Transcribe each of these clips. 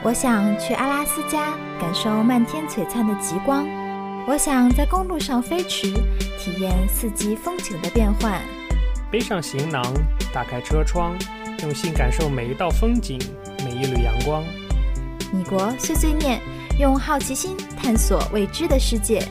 我想去阿拉斯加感受漫天璀璨的极光，我想在公路上飞驰，体验四季风景的变换。 背上行囊，打开车窗，用心感受每一道风景，每一缕阳光。 米国碎碎念，用好奇心探索未知的世界。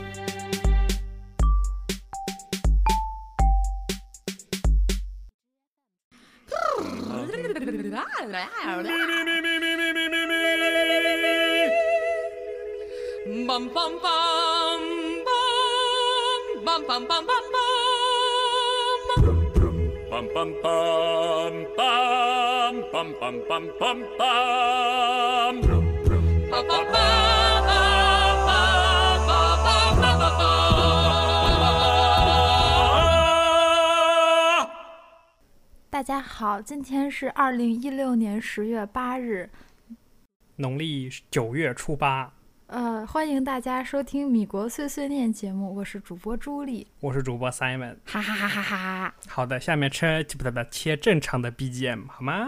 大家好，今天是2016年10月8日， 农历9月初8。 欢迎大家收听米国碎碎念节目，我是主播朱莉， 我是主播 Simon， 哈哈哈哈哈。 好的，下面切正常的 BGM 好吗？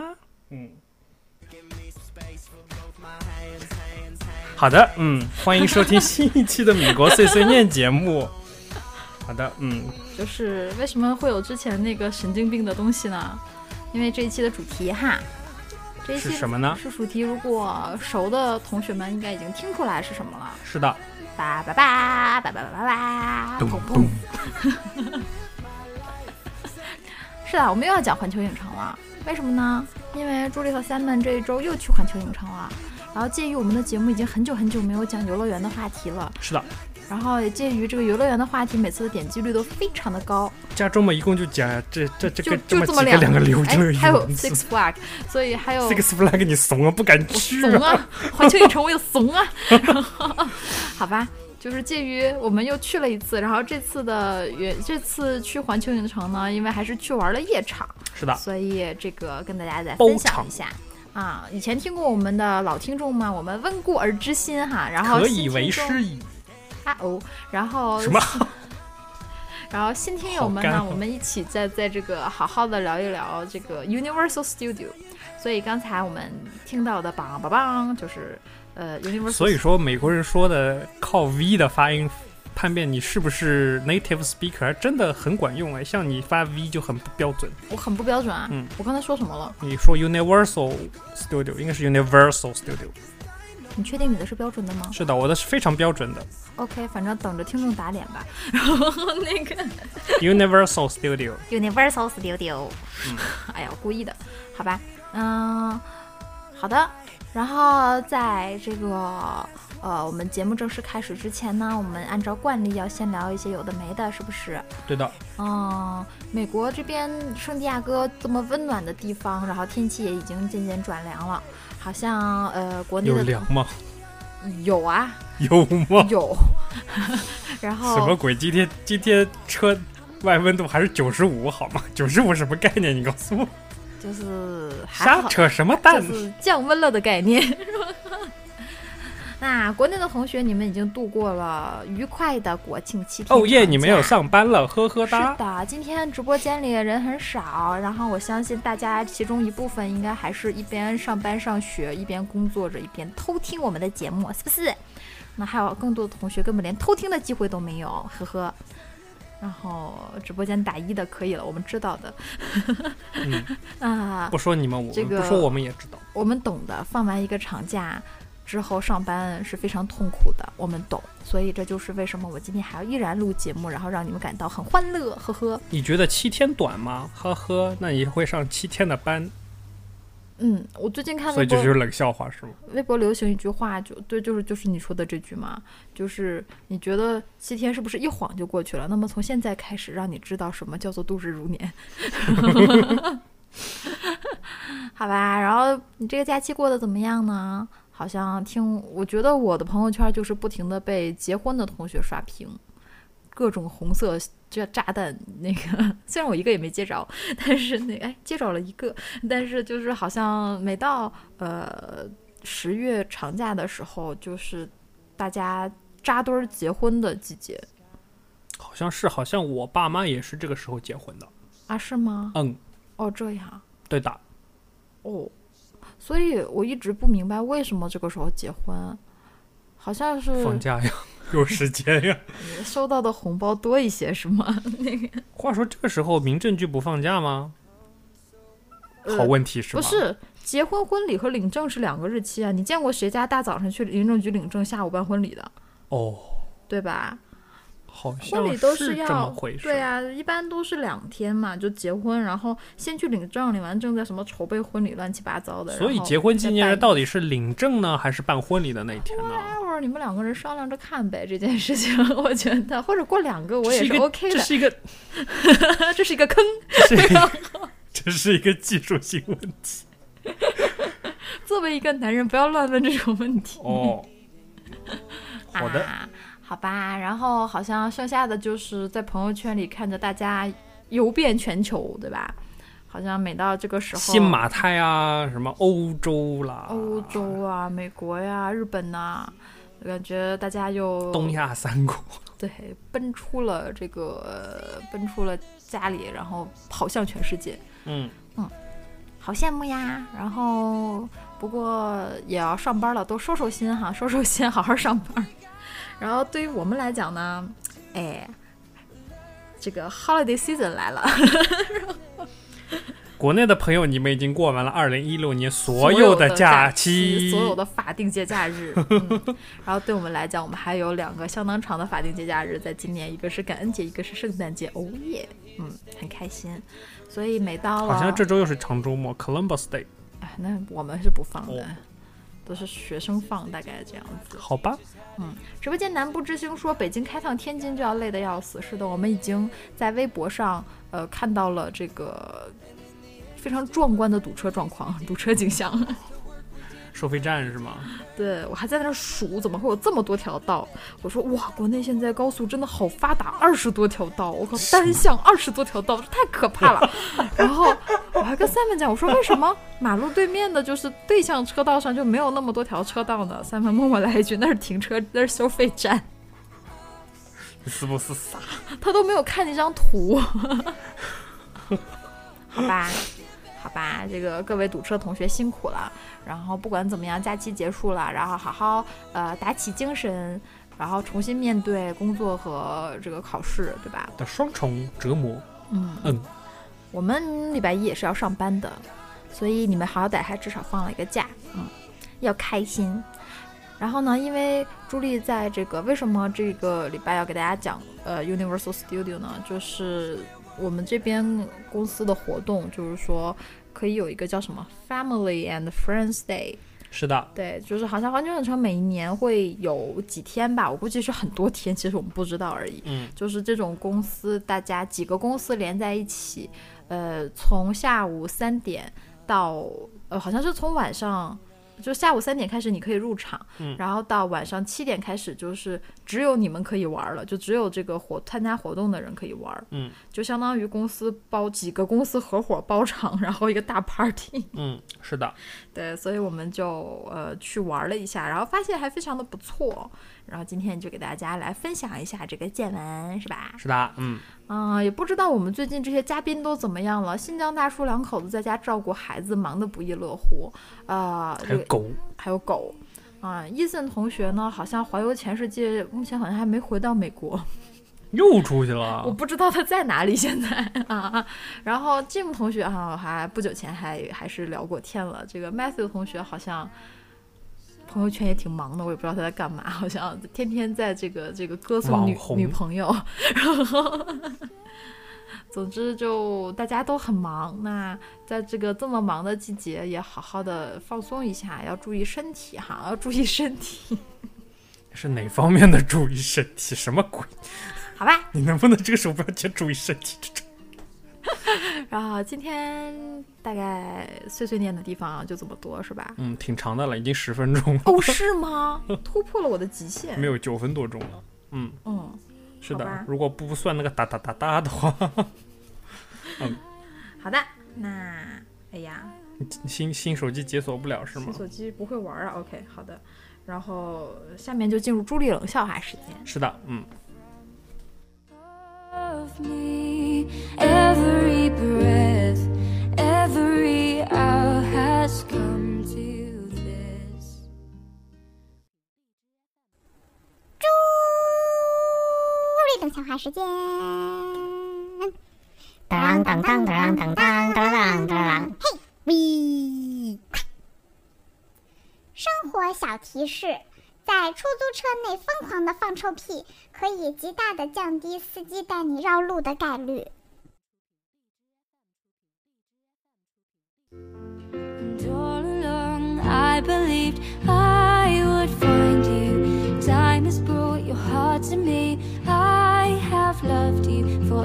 好的，欢迎收听新一期的米国碎碎念节目。好的， 就是为什么会有之前那个神经病的东西呢？因为这一期的主题这一期是什么呢？ 是主题，如果熟的同学们应该已经听出来是什么了。 是的， 叭叭叭叭叭叭叭， 咚咚。是的，我们又要讲环球影城了。为什么呢？因为朱莉和 Simon 这一周又去环球影城了。然后介于我们的节目已经很久没有讲游乐园的话题了。 是的。 然后也介于这个游乐园的话题，每次的点击率都非常的高。 加州嘛，一共就讲这么几个两个流程， 还有 Six Flag， 所以还有 Six Flag， 你怂啊，不敢去怂啊！环球影城我也怂啊！好吧，就是介于我们又去了一次，然后这次去环球影城呢，因为还是去玩了夜场， 是的， 所以这个跟大家再分享一下。以前听过我们的老听众们，我们温故而知新哈，然后可以为师矣。 然后什么？ 然后新听友们呢，我们一起在这个好好的聊一聊这个 Universal Studio。所以刚才我们听到的梆梆梆就是Universal。 所以说美国人说的靠 V 的发音判别你是不是 native speaker 真的很管用哎，像你发 V 就很不标准。 我很不标准啊。我刚才说什么了？ 你说 Universal Studio 应该是 Universal Studio。 你确定你的是标准的吗？ 是的，我的是非常标准的。 OK， 反正等着听众打脸吧。然后那个 Universal Studio。Universal Studio。哎呀，故意的，好吧。好的。然后在这个我们节目正式开始之前呢，我们按照惯例要先聊一些有的没的，是不是？ 对的。 美国这边圣地亚哥这么温暖的地方，然后天气也已经渐渐转凉了。好像国内的有凉吗？ 有啊。 有吗？ 有。然后什么鬼？今天车外温度还是95好吗？95什么概念？你告诉我。 就是瞎扯什么蛋？ 就是降温了的概念。那国内的同学，你们已经度过了愉快的国庆7天。 耶！你没有上班了，呵呵哒。 是的，今天直播间里人很少，然后我相信大家其中一部分应该还是一边上班上学，一边工作着，一边偷听我们的节目，是不是？那还有更多的同学根本连偷听的机会都没有，呵呵。然后直播间打1的可以了，我们知道的。 不说你们不说我们也知道。 我们懂的，放完一个长假之后上班是非常痛苦的，我们懂，所以这就是为什么我今天还要依然录节目，然后让你们感到很欢乐，呵呵。你觉得7天短吗？呵呵，那你会上7天的班？ 我最近看微博， 所以这就是冷笑话是吗？ 微博流行一句话，就是你说的这句嘛，就是你觉得7天是不是一晃就过去了？那么从现在开始，让你知道什么叫做度日如年。好吧，然后你这个假期过得怎么样呢？好像我觉得我的朋友圈就是不停的被结婚的同学刷屏，各种红色炸弹。那个虽然我一个也没接着，但是接着了一个，但是就是好像每到10月长假的时候，就是大家扎堆结婚的季节。 好像我爸妈也是这个时候结婚的啊？是吗？ 这样。 对的。 所以我一直不明白为什么这个时候结婚，好像是放假呀，有时间呀。 收到的红包多一些是吗？ 话说这个时候民政局不放假吗？好问题是吗？ 不是，结婚婚礼和领证是2个日期啊！你见过谁家大早上去民政局领证，下午办婚礼的？ 哦， 对吧？ 好像婚礼都是要这么回事。 对啊，一般都是2天嘛，就结婚，然后先去领证，领完证再什么筹备婚礼，乱七八糟的。 所以结婚纪念日到底是领证呢，还是办婚礼的那一天呢？ 你们2个人商量着看呗，这件事情，我觉得或者过2个我也是 OK 的。 这是一个， 这是一个坑， 这是一个技术性问题。 作为一个男人，不要乱问这种问题。 哦，好的。 好吧，然后好像剩下的就是在朋友圈里看着大家游遍全球，对吧？好像每到这个时候， 新马泰啊，什么欧洲啦， 欧洲啊，美国呀、日本呐，感觉大家又东亚3国， 对，奔出了家里，然后跑向全世界。好羡慕呀。然后不过也要上班了，都收收心哈，收收心，好好上班。然后对于我们来讲呢，这个 holiday season 来了。 国内的朋友，你们已经过完了2016年所有的假期， 所有的法定节假日。然后对我们来讲，我们还有2个相当长的法定节假日，在今年，一个是感恩节，一个是圣诞节。哦耶，很开心。所以每到了， 好像这周又是长周末 Columbus Day。 那我们是不放的。都是学生放，大概这样子。 好吧。 直播间南部之星说，北京开趟天津就要累得要死。是的，我们已经在微博上看到了这个非常壮观的堵车状况，堵车景象。 收费站是吗？ 对，我还在那数怎么会有这么多条道。我说哇，国内现在高速真的好发达，20多条道，我靠，单向20多条道，这太可怕了。然后我还跟Simon讲，我说为什么马路对面的就是对向车道上就没有那么多条车道呢？Simon默默来一句，那是停车，那是收费站。 你是不是傻？ 他都没有看那张图。好吧，这个各位堵车同学辛苦了。然后不管怎么样，假期结束了，然后好好打起精神，然后重新面对工作和这个考试，对吧？ 的双重折磨。 我们礼拜一也是要上班的，所以你们好歹还至少放了一个假，要开心。然后呢，因为朱莉在这个为什么这个礼拜要给大家讲Universal Studio 呢？就是我们这边公司的活动，就是说可以有一个叫什么 Family and Friends Day。 是的， 对，就是好像环球影城每一年会有几天吧，我估计是很多天，其实我们不知道而已。就是这种公司，大家几个公司连在一起，从下午3点到好像是从晚上。就下午3点开始你可以入场，然后到晚上7点开始，就是只有你们可以玩了，就只有这个参加活动的人可以玩。就相当于公司几个公司合伙包场，然后一个大 party。 是的， 对，所以我们就去玩了一下，然后发现还非常的不错，然后今天就给大家来分享一下这个见闻，是吧？ 是的， 也不知道我们最近这些嘉宾都怎么样了。新疆大叔2口子在家照顾孩子，忙得不亦乐乎。还有狗伊森同学呢，好像环游全世界，目前好像还没回到美国， 又出去了。 我不知道他在哪里现在啊。然后 Jim 同学还不久前还是聊过天了。这个 Matthew 同学好像朋友圈也挺忙的，我也不知道他在干嘛，好像天天在这个歌颂女朋友。然后总之就大家都很忙，那在这个这么忙的季节也好好的放松一下，要注意身体哈，要注意身体。 是哪方面的注意身体？什么鬼？ 好吧， 你能不能这个时候不要先注意身体这种？ 然后今天大概碎碎念的地方就这么多，是吧？ 挺长的了，已经10分钟了。 哦，是吗？突破了我的极限。 没有9分多钟了。是的，如果不算那个哒哒哒哒的话。 好的，那哎呀， 新手机解锁不了是吗？ 新手机不会玩啊。OK， 好的。然后下面就进入朱莉冷笑话时间。 是的 Every breath, every hour has come to 冷笑话时间。当当当当当当当当，嘿喂！生活小提示：在出租车内疯狂的放臭屁，可以极大的降低司机带你绕路的概率。 I believed I would find you. Time has brought your heart to me. I have loved you for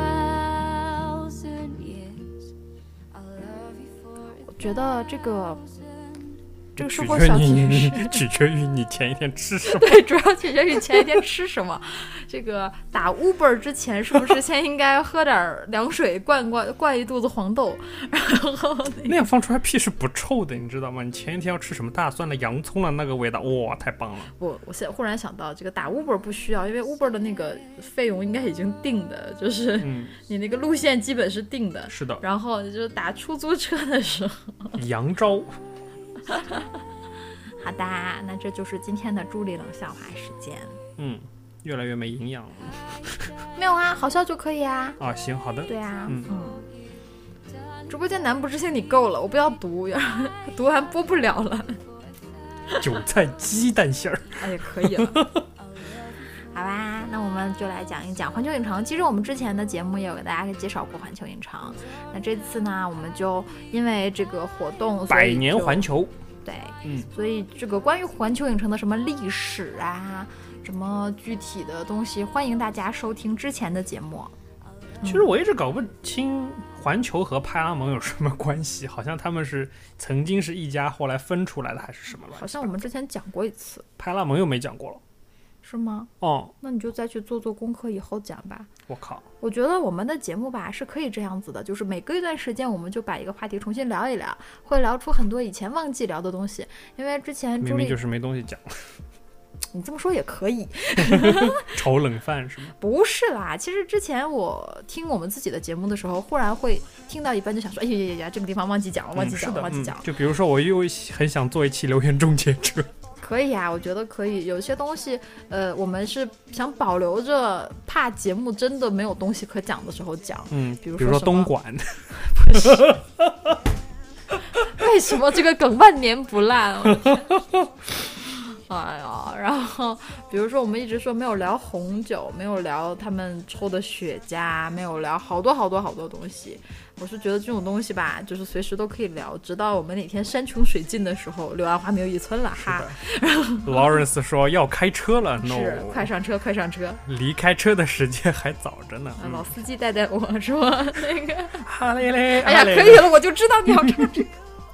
1,000 years. I'll love you for 我觉得这个生活小提示取决于你前一天吃什么。 对，主要取决于前一天吃什么。这个打 Uber 之前是不是先应该喝点凉水灌一肚子黄豆，然后那样放出来屁是不臭的，你知道吗？你前一天要吃什么大蒜的、洋葱的那个味道，哇，太棒了！ 我现在忽然想到，这个打 Uber 不需要，因为 Uber 的那个费用应该已经定的，就是你那个路线基本是定的。 是的。 然后就是打出租车的时候， 扬招。 好的，那这就是今天的朱莉冷笑话时间。 越来越没营养了。 没有啊，好笑就可以啊。 啊，行，好的。 对啊，直播间难不知性你够了，我不要读，读完播不了了。 韭菜鸡蛋馅儿， 哎呀，可以了。好吧，那我们就来讲一讲环球影城。其实我们之前的节目也有给大家介绍过环球影城。那这次呢，我们就因为这个活动 100年环球， 对，所以这个关于环球影城的什么历史啊，什么具体的东西，欢迎大家收听之前的节目。 其实我一直搞不清环球和派拉蒙有什么关系，好像他们是曾经是一家，后来分出来的还是什么了？ 好像我们之前讲过一次， 派拉蒙又没讲过了。 是吗？ 哦， 那你就再去做功课，以后讲吧。 我靠， 我觉得我们的节目吧是可以这样子的，就是每隔一段时间我们就把一个话题重新聊一聊，会聊出很多以前忘记聊的东西。因为之前明明就是没东西讲。 你这么说也可以。 炒冷饭是吗？ 不是啦，其实之前我听我们自己的节目的时候，忽然会听到一半就想说，哎呀，这个地方忘记讲了，忘记讲了。 就比如说我又很想做一期留言终结者。 可以啊，我觉得可以。有些东西，我们是想保留着，怕节目真的没有东西可讲的时候讲。比如说东莞。 不是。为什么这个梗万年不烂？哎呀，然后比如说我们一直说没有聊红酒，没有聊他们抽的雪茄，没有聊好多东西。我是觉得这种东西吧，就是随时都可以聊，直到我们哪天山穷水尽的时候，柳暗花明又一村了哈。 Lawrence 说要开车了 ，no， 是快上车， 离开车的时间还早着呢。 老司机带我是吗？那个哈雷雷， 哎呀，可以了，我就知道你要唱这个。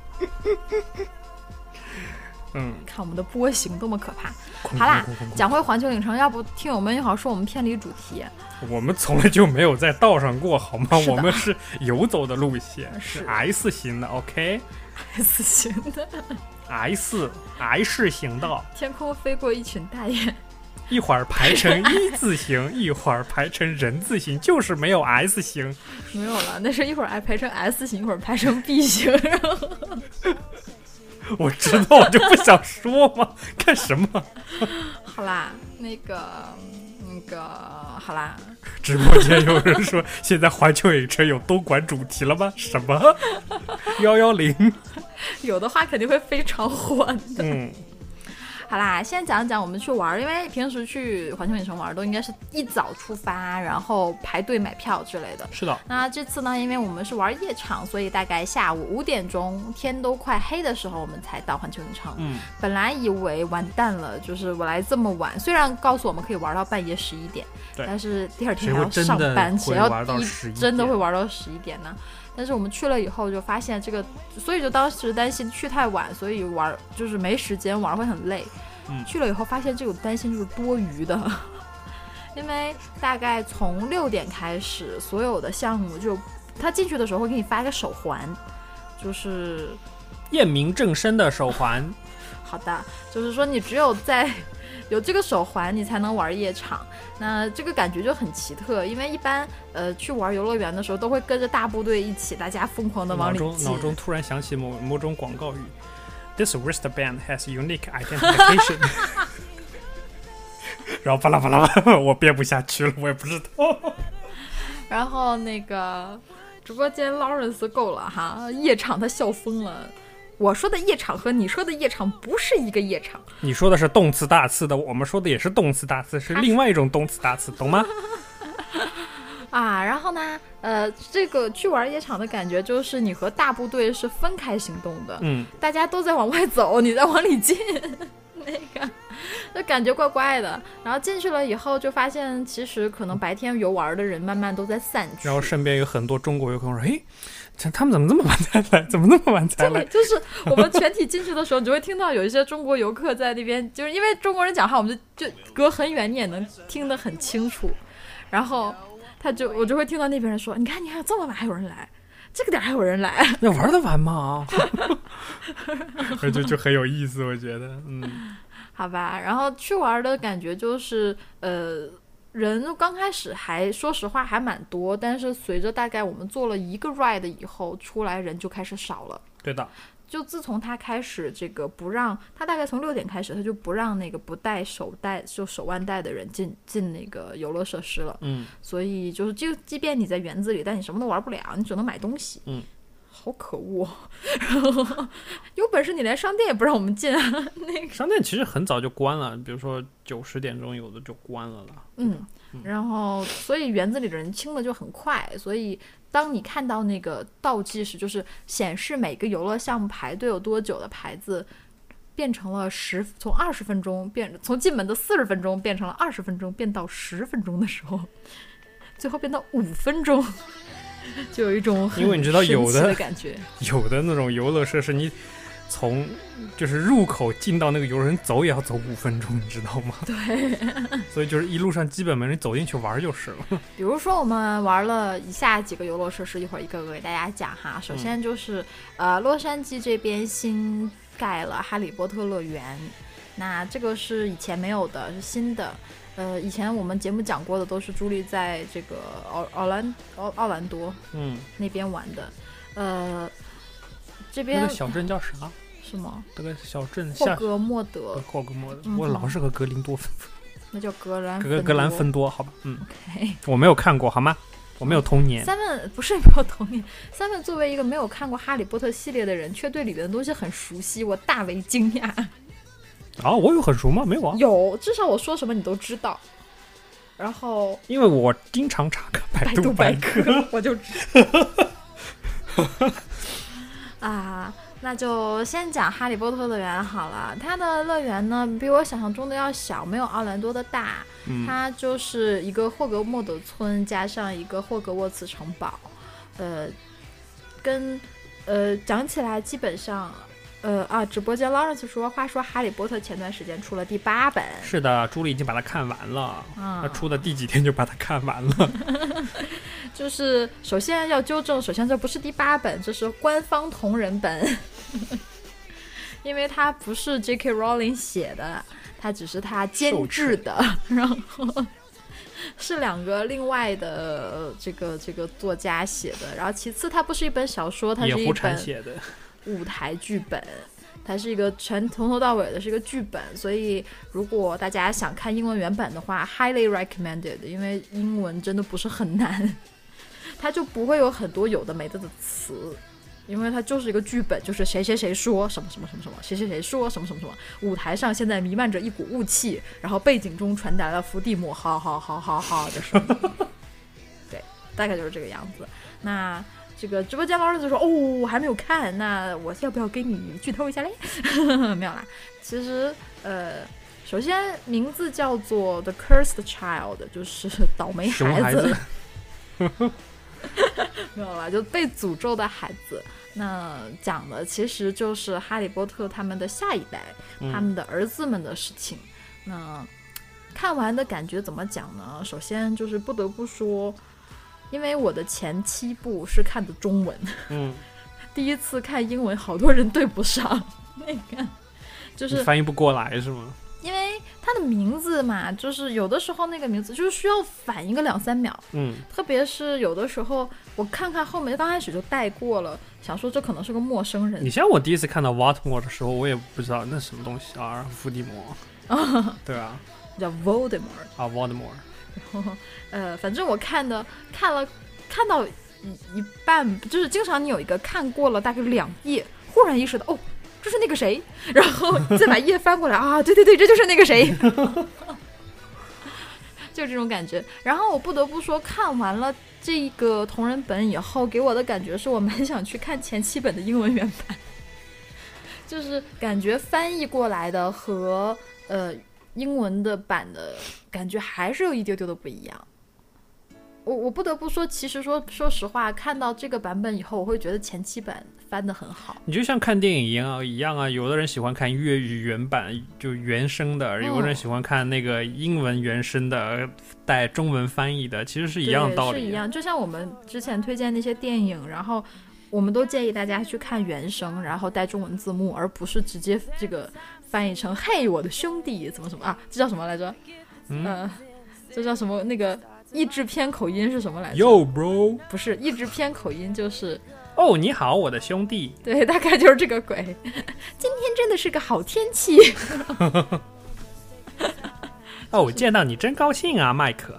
看我们的波形多么可怕。好啦，讲回环球影城，要不听友们又好说我们偏离主题。 我们从来就没有在道上过好吗？我们是游走的路线，是 S 型的 ，OK？S 型的 S 式行道。 天空飞过一群大雁， 一会儿排成一字形，一会儿排成人字形，就是没有 S 型。 没有了，那是一会儿排成 S 型，一会儿排成 B 型。 我知道，我就不想说嘛，干什么？ 好啦，那个，好啦。 直播间有人说，现在环球影城有东莞主题了吗？什么？110？ 有的话肯定会非常火的。好啦，先讲讲我们去玩，因为平时去环球影城玩都应该是一早出发，然后排队买票之类的。 是的。 那这次呢，因为我们是玩夜场，所以大概下午5点钟，天都快黑的时候，我们才到环球影城。本来以为完蛋了，就是我来这么晚，虽然告诉我们可以玩到半夜11点，但是第二天还要上班，谁要真的会玩到11点呢？但是我们去了以后就发现这个，所以就当时担心去太晚，所以玩就是没时间玩会很累。去了以后发现这种担心就是多余的，因为大概从6点开始，所有的项目就他进去的时候会给你发一个手环，就是验明正身的手环。 好的，就是说你只有在有这个手环你才能玩夜场。那这个感觉就很奇特，因为一般去玩游乐园的时候都会跟着大部队一起，大家疯狂的往里挤。 脑中突然想起某种广告语。This wristband has unique identification. 然后巴拉巴拉，我编不下去了，我也不知道。 然后那个直播间 Lawrence 够了哈，夜场他笑疯了。我说的夜场和你说的夜场不是一个夜场。 你说的是动词大词的，我们说的也是动词大词，是另外一种动词大词，懂吗？ 啊，然后呢，这个去玩夜场的感觉就是你和大部队是分开行动的，大家都在往外走，你在往里进，那个就感觉怪怪的。然后进去了以后，就发现其实可能白天游玩的人慢慢都在散去， 然后身边有很多中国游客说：“哎，他们怎么这么晚才来？怎么那么晚才来？” 对，就是我们全体进去的时候，你就会听到有一些中国游客在那边，就是因为中国人讲话，我们就隔很远，你也能听得很清楚，然后。我就会听到那边人说：“你看，这么晚还有人来，这个点还有人来， 那玩得完吗？”就很有意思，我觉得， 好吧。然后去玩的感觉就是，人刚开始说实话还蛮多，但是随着大概我们做了一个 ride 以后，出来人就开始少了。 对的。 就自从他开始这个不让他大概从6点开始，他就不让那个不戴手腕带的人进那个游乐设施了。所以就是即便你在园子里，但你什么都玩不了，你只能买东西。好可恶！有本事你连商店也不让我们进啊！那个商店其实很早就关了，比如说9、10点钟有的就关了啦。 然后所以园子里的人清的就很快，所以当你看到那个倒计时，就是显示每个游乐项目排队有多久的牌子，变成了从20分钟从进门的40分钟变成了20分钟，变到10分钟的时候，最后变到5分钟。就有一种很因为你知道有的感觉， 有的那种游乐设施，你从就是入口进到那个游人走也要走5分钟，你知道吗？ 对， 所以就是一路上基本没人走进去玩就是了。 比如说我们玩了以下几个游乐设施，一会儿一个个给大家讲哈。首先就是洛杉矶这边新盖了哈利波特乐园，那这个是以前没有的，是新的。以前我们节目讲过的都是朱莉在这个奥兰多那边玩的，这边那个小镇叫啥？ 是吗？ 那个小镇霍格莫德， 我老是和格林多芬， 那叫格兰芬多，好吧 ，OK， 我没有看过，好吗？我没有童年。 Simon 不是没有童年，Simon 作为一个没有看过哈利波特系列的人，却对里面的东西很熟悉，我大为惊讶。 我有很熟吗？没有啊。 有，至少我说什么你都知道。然后， 因为我经常查看百度百科， 我就知道。那就先讲哈利波特乐园好了。它的乐园呢，比我想象中的要小，没有奥兰多的大。它就是一个霍格莫德村加上一个霍格沃茨城堡。讲起来基本上。直播间 Lawrence 话说哈利波特前段时间出了第8本。 是的，朱莉已经把它看完了。他出的第几天就把它看完了。 就是首先要纠正，首先这不是第8本，这是官方同人本。因为它不是 J.K. Rowling 写的，它只是他监制的，然后是2个另外的这个作家写的。然后其次它不是一本小说，它是一本写的舞台剧本，它是一个从头到尾的是一个剧本，所以如果大家想看英文原本的话 highly recommended， 因为英文真的不是很难，它就不会有很多有的没的词，因为它就是一个剧本，就是谁谁谁说什么什么什么什么，谁谁谁说什么什么什么，舞台上现在弥漫着一股雾气，然后背景中传来了伏地魔好好好好好的声音。对，大概就是这个样子。那这个直播间老师就说：“我还没有看，那我要不要给你剧透一下嘞？”没有啦，其实首先名字叫做 The Cursed Child， 就是倒霉孩子。没有啦，就被诅咒的孩子。那讲的其实就是哈利波特他们的下一代，他们的儿子们的事情。那看完的感觉怎么讲呢？首先就是不得不说。因为我的前7部是看的中文，第一次看英文，好多人对不上，那个就是你翻译不过来是吗？ 因为它的名字嘛，就是有的时候那个名字就是需要反应个2-3秒，特别是有的时候我看后面刚开始就带过了，想说这可能是个陌生人。 你像我第一次看到 Voldemort 的时候，我也不知道那什么东西啊，伏地魔，对啊。 叫 Voldemort。 啊 ，Voldemort。 反正我看到一半，就是经常你有一个看过了大概2页，忽然意识到哦，这是那个谁，然后再把页翻过来啊，对，这就是那个谁，就这种感觉。然后我不得不说，看完了这个同人本以后，给我的感觉是我蛮想去看前7本的英文原版，就是感觉翻译过来的和英文的版的感觉还是有一丢丢的不一样。我不得不说，其实说实话，看到这个版本以后，我会觉得前7版翻得很好。 你就像看电影一样啊，有的人喜欢看粤语原版，就原声的，有的人喜欢看那个英文原声的，带中文翻译的，其实是一样的道理。 是一样，就像我们之前推荐那些电影，然后我们都建议大家去看原声，然后带中文字幕，而不是直接这个翻译成嘿我的兄弟怎么什么啊，这叫什么来着？这叫什么？那个译制片口音是什么来着 ？Yo bro， 不是译制片口音就是哦，你好，我的兄弟。 对，大概就是这个鬼。今天真的是个好天气。 哦，见到你真高兴啊，麦克。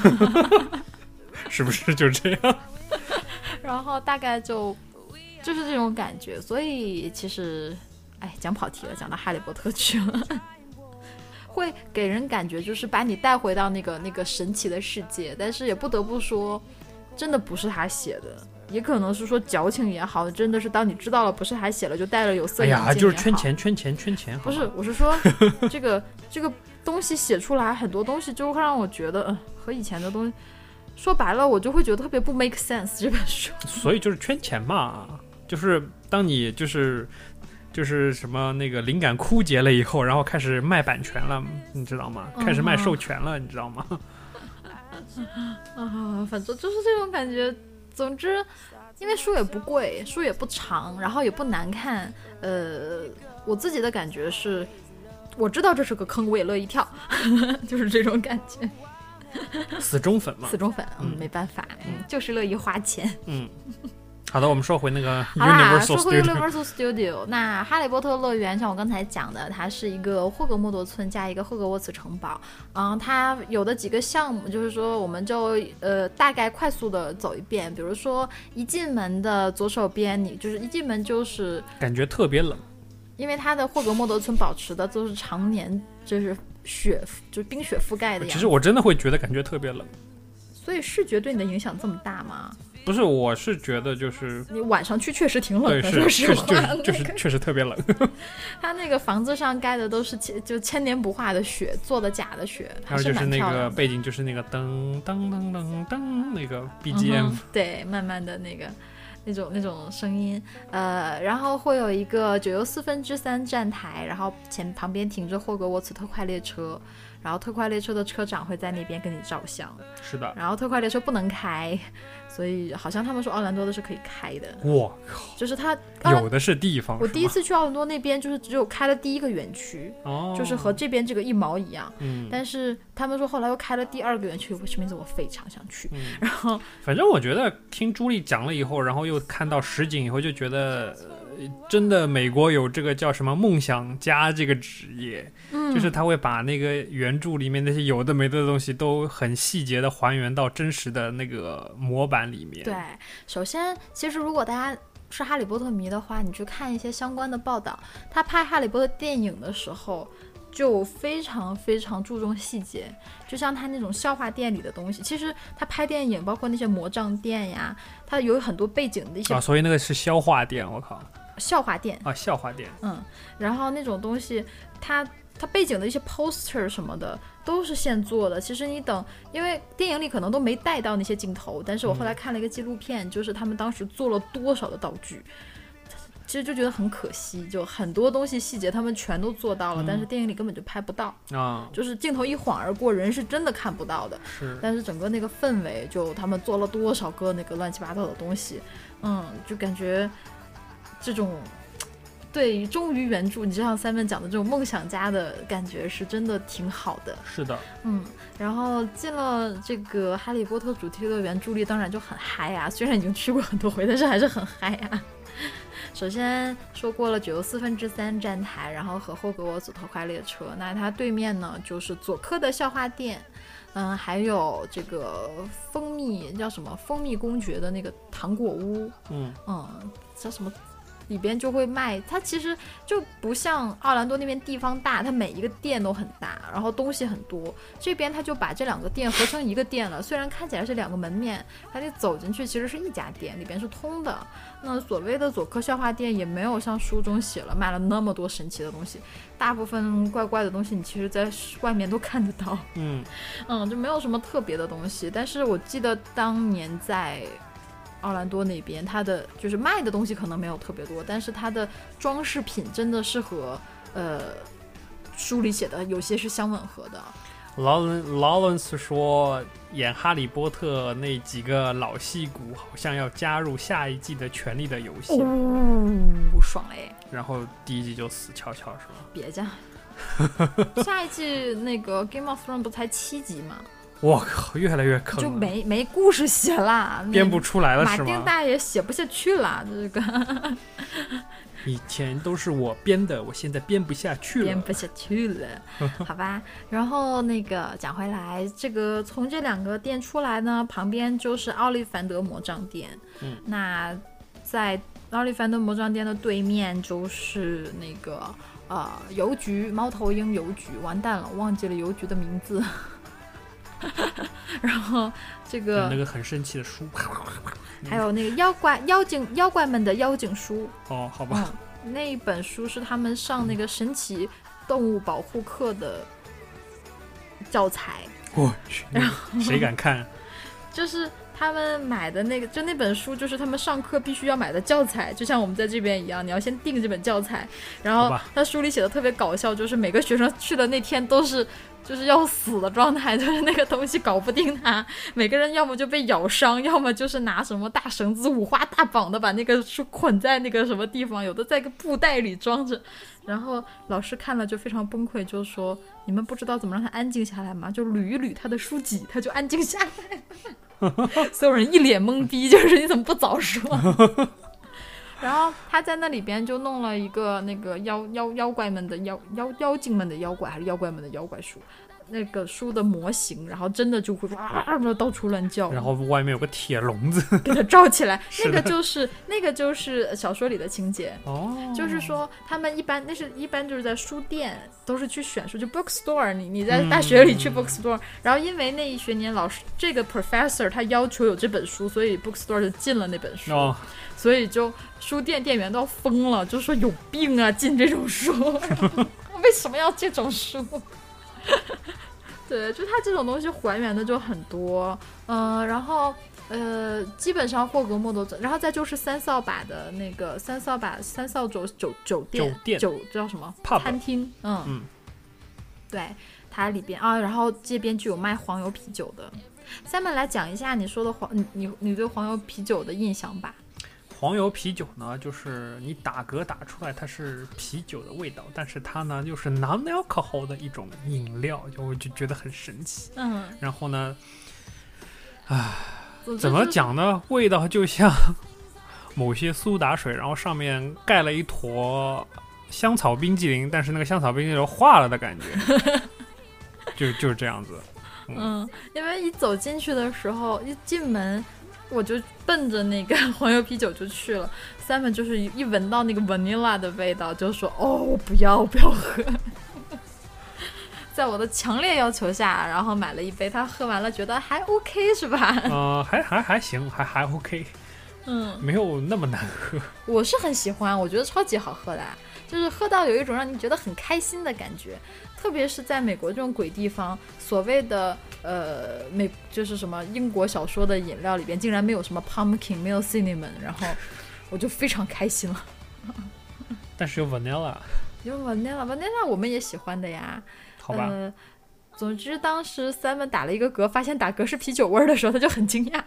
是不是就这样？ 然后大概就是这种感觉，所以其实，讲跑题了，讲到哈利波特去了。会给人感觉就是把你带回到那个神奇的世界，但是也不得不说，真的不是他写的，也可能是说矫情也好，真的是当你知道了不是他写了，就带了有色眼镜也好。 就是圈钱。 不是，我是说这个东西写出来，很多东西就会让我觉得，和以前的东西，说白了，我就会觉得特别不 make sense 这本书。 所以就是圈钱嘛，就是当你就是什么那个灵感枯竭了以后，然后开始卖版权了，你知道吗？开始卖授权了，你知道吗？ 反正就是这种感觉。总之，因为书也不贵，书也不长，然后也不难看。我自己的感觉是，我知道这是个坑，我也乐意跳，就是这种感觉。 死忠粉嘛， 死忠粉，没办法，就是乐意花钱。 好的，我们说回那个 Universal Studio。那哈利波特乐园，像我刚才讲的，它是一个霍格莫多村加一个霍格沃茨城堡。它有的几个项目，就是说我们就大概快速的走一遍。比如说一进门的左手边，你就是一进门就是感觉特别冷， 因为它的霍格莫多村保持的都是常年就是就冰雪覆盖的样子。 其实我真的会觉得感觉特别冷。 所以视觉对你的影响这么大吗？ 不是，我是觉得就是你晚上去确实挺冷的， 对， 就是确实特别冷。 它那个房子上盖的都是千年不化的雪，做的假的雪， 还有就是那个背景就是那个噔噔噔噔噔那个 BGM， 对，慢慢的那种声音，然后会有一个9又3/4站台，然后旁边停着霍格沃茨特快列车，然后特快列车的车长会在那边跟你照相。 是的。 然后特快列车不能开，所以好像他们说奥兰多的是可以开的。 我靠！ 就是它有的是地方。 我第一次去奥兰多那边，就是只有开了第1个园区，就是和这边这个一毛一样。但是他们说后来又开了第2个园区，什么意思？我非常想去。然后反正我觉得听朱莉讲了以后，然后又看到实景以后，就觉得真的美国有这个叫什么梦想家这个职业，就是他会把那个原著里面那些有的没的东西都很细节的还原到真实的那个模板里面。 对，首先其实如果大家是哈利波特迷的话，你去看一些相关的报道，他拍哈利波特电影的时候就非常非常注重细节，就像他那种笑话店里的东西，其实他拍电影包括那些魔杖店呀，他有很多背景的一些所以那个是消化店，我靠， 笑话店笑话店， 然后那种东西他背景的一些 poster 什么的都是现做的。其实你等，因为电影里可能都没带到那些镜头，但是我后来看了一个纪录片，就是他们当时做了多少的道具，其实就觉得很可惜，就很多东西细节他们全都做到了，但是电影里根本就拍不到就是镜头一晃而过，人是真的看不到的。但是整个那个氛围，就他们做了多少个那个乱七八糟的东西，就感觉这种对忠于原著，你就像Simon讲的这种梦想家的感觉是真的挺好的。 是的。 然后进了这个哈利波特主题乐园，朱莉当然就很嗨啊，虽然已经去过很多回，但是还是很嗨啊。 首先说过了9又3/4站台，然后和后格沃兹特快列车，那它对面呢就是佐科的校花店，还有这个蜂蜜叫什么蜂蜜公爵的那个糖果屋，叫什么？里边就会卖，它其实就不像奥兰多那边地方大，它每一个店都很大，然后东西很多。这边它就把这2个店合成一个店了，虽然看起来是2个门面，但你走进去其实是一家店，里边是通的。那所谓的佐科校花店也没有像书中写了卖了那么多神奇的东西，大部分怪怪的东西你其实在外面都看得到，就没有什么特别的东西。但是我记得当年在奥兰多那边，它的就是卖的东西可能没有特别多，但是它的装饰品真的是和书里写的有些是相吻合的。 Lawrence 说演哈利波特那几个老戏骨好像要加入下一季的权力的游戏， 爽嘞！ 然后第1季就死翘翘是吧？ 别这样，下一季那个 Game of Thrones 不才7集吗？ 我靠，越来越坑了， 就没故事写了， 编不出来了是吗？ 马丁大爷写不下去了，这个以前都是我编的，我现在编不下去了， 好吧。然后那个讲回来，这个从这2个店出来呢，旁边就是奥利凡德魔杖店，那在奥利凡德魔杖店的对面就是那个邮局，猫头鹰邮局，完蛋了，忘记了邮局的名字。然后这个那个很生气的书， 还有那个妖怪们的妖精书， 好吧， 那本书是他们上那个神奇动物保护课的教材。 我去，谁敢看？ 就是他们买的那个，就那本书就是他们上课必须要买的教材，就像我们在这边一样，你要先订这本教材。然后他书里写的特别搞笑，就是每个学生去的那天都是就是要死的状态，就是那个东西搞不定它，每个人要么就被咬伤，要么就是拿什么大绳子五花大绑的把那个书捆在那个什么地方，有的在个布袋里装着。然后老师看了就非常崩溃，就说你们不知道怎么让他安静下来吗？就捋一捋他的书籍，他就安静下来了。所有人一脸懵逼，就是你怎么不早说？然后他在那里边就弄了一个那个妖怪们的妖精们的妖怪，还是妖怪们的妖怪书，那个书的模型，然后真的就会到处乱叫， 然后外面有个铁笼子给它罩起来。那个就是小说里的情节就是说他们一般就是在书店都是去选书，就 bookstore， 你在大学里去 bookstore，然后因为那一学年老师这个 professor 他要求有这本书，所以 bookstore 就进了那本书所以就书店店员都要疯了，就说有病啊，进这种书为什么要这种书对，就它这种东西还原的就很多，然后基本上霍格莫都，然后再就是三扫把的那个三扫酒店叫什么餐厅，对，它里边然后这边就有卖黄油啤酒的。Simon 来讲一下你说的你对黄油啤酒的印象吧。 黄油啤酒呢，就是你打嗝打出来它是啤酒的味道，但是它呢就是 non-alcohol 的一种饮料，我就觉得很神奇。然后呢怎么讲呢，味道就像某些苏打水，然后上面盖了一坨香草冰激凌，但是那个香草冰激凌化了的感觉就是这样子。 因为一走进去的时候，一进门我就奔着那个黄油啤酒就去了。Simon 就是一闻到那个 vanilla 的味道就说我不要喝在我的强烈要求下，然后买了一杯，他喝完了觉得还 OK 是吧？ 还行，还 OK， 没有那么难喝。 我是很喜欢，我觉得超级好喝的，就是喝到有一种让你觉得很开心的感觉，特别是在美国这种鬼地方，所谓的就是什么英国小说的饮料里边竟然没有什么 pumpkin， 没有 cinnamon， 然后我就非常开心了。 但是有 vanilla， 我们也喜欢的呀。 好吧。 总之当时 Simon 打了一个嗝，发现打嗝是啤酒味的时候，他就很惊讶。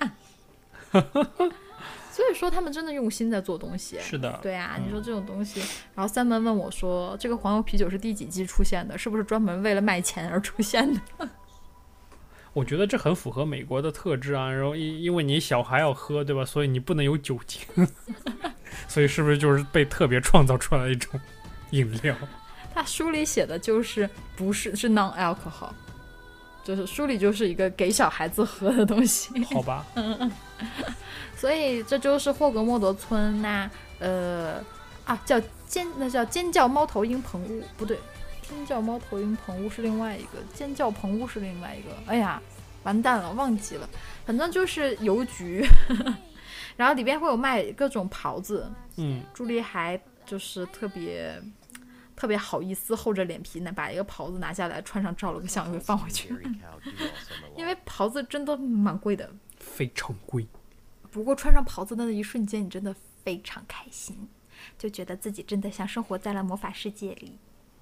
所以说他们真的用心在做东西。 是的。 对啊，你说这种东西。然后Simon问我说这个黄油啤酒是第几季出现的，是不是专门为了卖钱而出现的？ 我觉得这很符合美国的特质啊，然后因为你小孩要喝对吧，所以你不能有酒精所以是不是就是被特别创造出来的一种饮料？ 他书里写的就是不是 non alcohol， 就是书里就是一个给小孩子喝的东西。 好吧， 所以这就是霍格莫德村那叫尖叫猫头鹰棚屋，不对，尖叫猫头鹰棚屋是另外一个，尖叫棚屋是另外一个。哎呀，完蛋了，忘记了。反正就是邮局，然后里边会有卖各种袍子。朱莉还就是特别好意思，厚着脸皮把一个袍子拿下来穿上，照了个相又放回去，因为袍子真的蛮贵的， 非常贵。 不过穿上袍子的那一瞬间，你真的非常开心，就觉得自己真的像生活在了魔法世界里。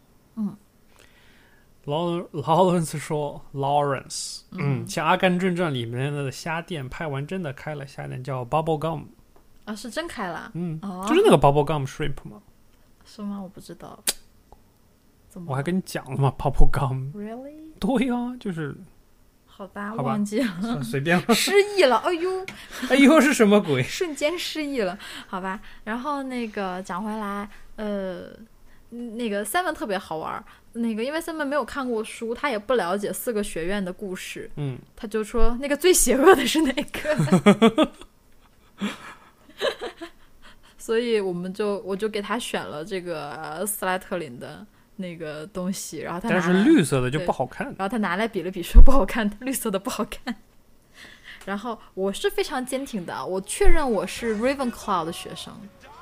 Lawrence 说 Lawrence，像《阿甘正传》里面的虾店，拍完真的开了虾店，叫 Bubble Gum。 啊，是真开了？ 就是那个 Bubble Gum Shrimp 吗？ 是吗？我不知道。怎么？ 我还跟你讲了嘛 ，Bubble Gum。 Really？ 对啊，就是。 好吧，忘记了， 随便了， 失忆了。哎呦， 哎呦是什么鬼？ 瞬间失忆了，好吧。然后那个讲回来，那个 Simon 特别好玩。那个因为 Simon 没有看过书，他也不了解4个学院的故事。他就说那个最邪恶的是哪个？所以我就给他选了这个斯莱特林的那个东西，然后他但是绿色的就不好看， 然后他拿来比了比说不好看，绿色的不好看。然后我是非常坚挺的，我确认我是 Ravenclaw 的学生。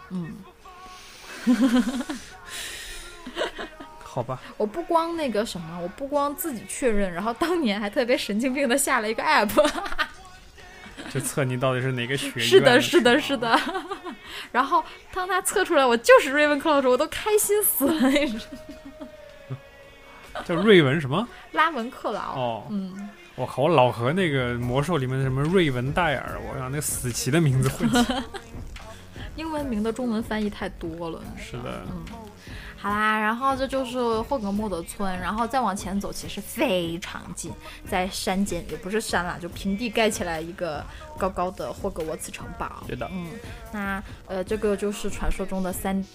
好吧， 我不光那个什么，我不光自己确认，然后当年还特别神经病的下了一个 app， 就测你到底是哪个学院。 是的。然后当他测出来我就是 Ravenclaw 的时候，我都开心死了。 叫瑞文什么？ 拉文克劳。 哦，我靠，我老和那个魔兽里面的什么瑞文戴尔，我让那个死棋的名字混起。 英文名的中文翻译太多了。 是的。 好啦，然后这就是霍格莫德村，然后再往前走其实非常近，在山间，也不是山啦，就平地盖起来一个高高的霍格沃茨城堡。 对的。 那这个就是传说中的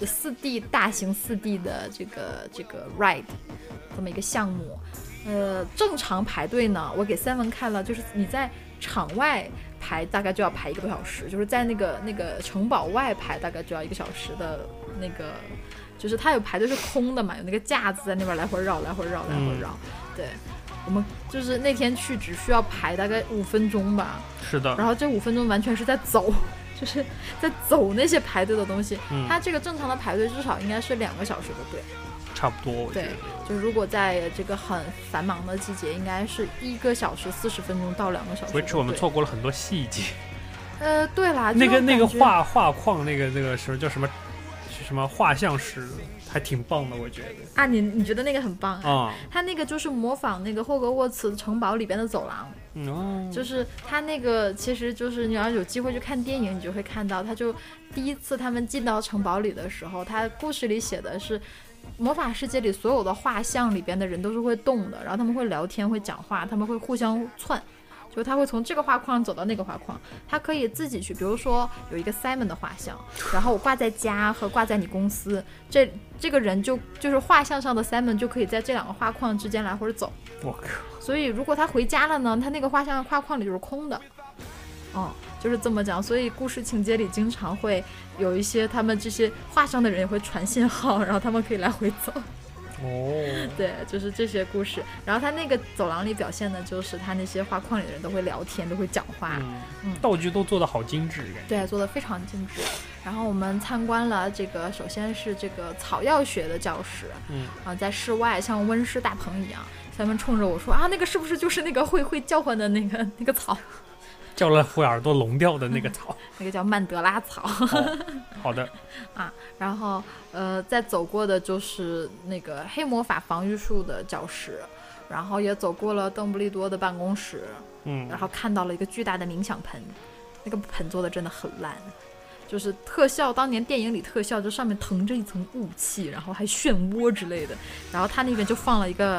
4D 大型4D 的这个 ride 这么一个项目。正常排队呢，我给Simon看了，就是你在场外排大概就要排1个多小时，就是在那个城堡外排大概就要1个小时的那个。就是它有排队是空的嘛，有那个架子在那边来回绕。对，我们就是那天去只需要排大概5分钟吧。是的。然后这5分钟完全是在走，就是在走那些排队的东西。它这个正常的排队至少应该是2个小时的队。 差不多。 对，就是如果在这个很繁忙的季节，应该是1个小时40分钟到2个小时。 维持我们错过了很多细节。 对啦， 那个画框那个时候叫什么画像师，还挺棒的，我觉得啊。你觉得那个很棒啊？他那个就是模仿那个霍格沃茨城堡里边的走廊。就是他那个其实就是你要有机会去看电影，你就会看到，他就第一次他们进到城堡里的时候，他故事里写的是魔法世界里所有的画像里边的人都是会动的，然后他们会聊天会讲话，他们会互相窜，就他会从这个画框走到那个画框，他可以自己去，比如说有一个 Simon 的画像，然后我挂在家和挂在你公司，这个人就是画像上的 Simon 就可以在这2个画框之间来回走。 我靠！ 所以如果他回家了呢，他那个画像画框里就是空的。就是这么讲，所以故事情节里经常会有一些他们这些画上的人也会传信号，然后他们可以来回走。对，就是这些故事。然后他那个走廊里表现的就是他那些画框里的人都会聊天，都会讲话。 道具都做得好精致， 对，做得非常精致。然后我们参观了这个，首先是这个草药学的教室。在室外像温室大棚一样，他们冲着我说啊，那个是不是就是那个会叫唤的那个草？ 叫了会耳朵聋掉的那个草。 那个叫曼德拉草。 好的。 然后再走过的就是那个黑魔法防御术的教室，然后也走过了邓布利多的办公室。然后看到了一个巨大的冥想盆，那个盆做的真的很烂，就是特效，当年电影里特效就上面腾着一层雾气，然后还漩涡之类的，然后他那边就放了一个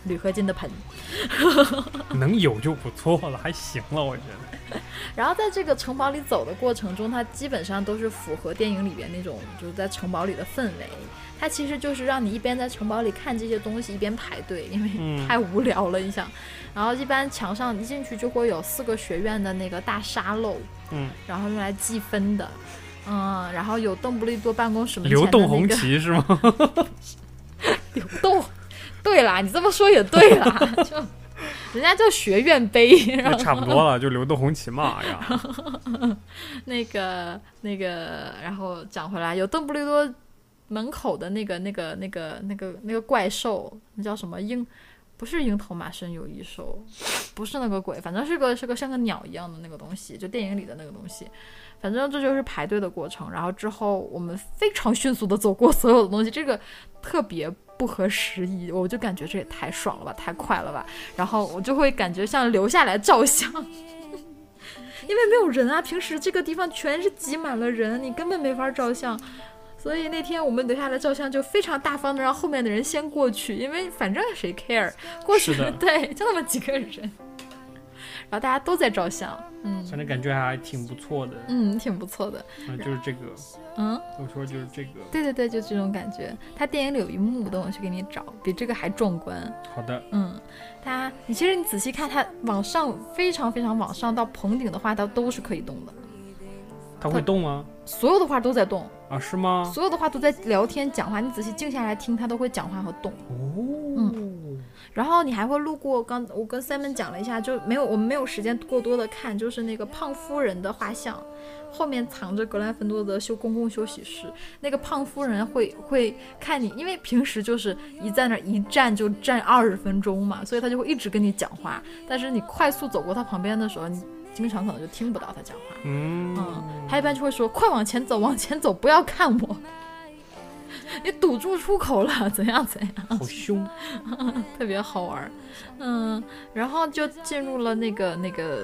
铝合金的盆。 能有就不错了，还行了，我觉得。 然后在这个城堡里走的过程中，它基本上都是符合电影里边那种就是在城堡里的氛围。它其实就是让你一边在城堡里看这些东西，一边排队，因为太无聊了，你想。然后一般墙上一进去就会有4个学院的那个大沙漏，然后用来计分的，然后有邓布利多办公室门前的、那个、 流动红旗是吗？ 流动，对啦，你这么说也对啦，就人家叫学院杯，然后差不多了，就流动红旗嘛呀。 那个，然后讲回来，有邓布利多门口的那个怪兽，那叫什么不是樱头马身有异兽，不是那个鬼，反正是个像个鸟一样的那个东西，就电影里的那个东西。反正这就是排队的过程，然后之后我们非常迅速的走过所有的东西，这个特别不合时宜，我就感觉这也太爽了吧，太快了吧，然后我就会感觉像留下来照相。因为没有人啊，平时这个地方全是挤满了人，你根本没法照相。所以那天我们留下来照相就非常大方的让后面的人先过去，因为反正谁 care 过去，对，就那么几个人，然后大家都在照相， 反正感觉还挺不错的， 挺不错的， 就是这个，我说就是这个， 对，就这种感觉。他电影里有一幕，等我去给你找，比这个还壮观。 好的， 其实你仔细看，它往上非常非常往上到棚顶的话，它都是可以动的。 它会动吗？ 所有的花都在动啊？是吗？ 所有的花都在聊天讲话，你仔细静下来听，它都会讲话和动。然后你还会路过，我跟 Simon 讲了一下，就我们没有时间过多的看，就是那个胖夫人的画像，后面藏着格兰芬多的公共休息室。那个胖夫人会看你，因为平时就是一在那一站就站20分钟嘛，所以他就会一直跟你讲话。但是你快速走过他旁边的时候，你经常可能就听不到他讲话。他一般就会说：“快往前走，往前走，不要看我。”你堵住出口了，怎样？ 好凶， 特别好玩。然后就进入了那个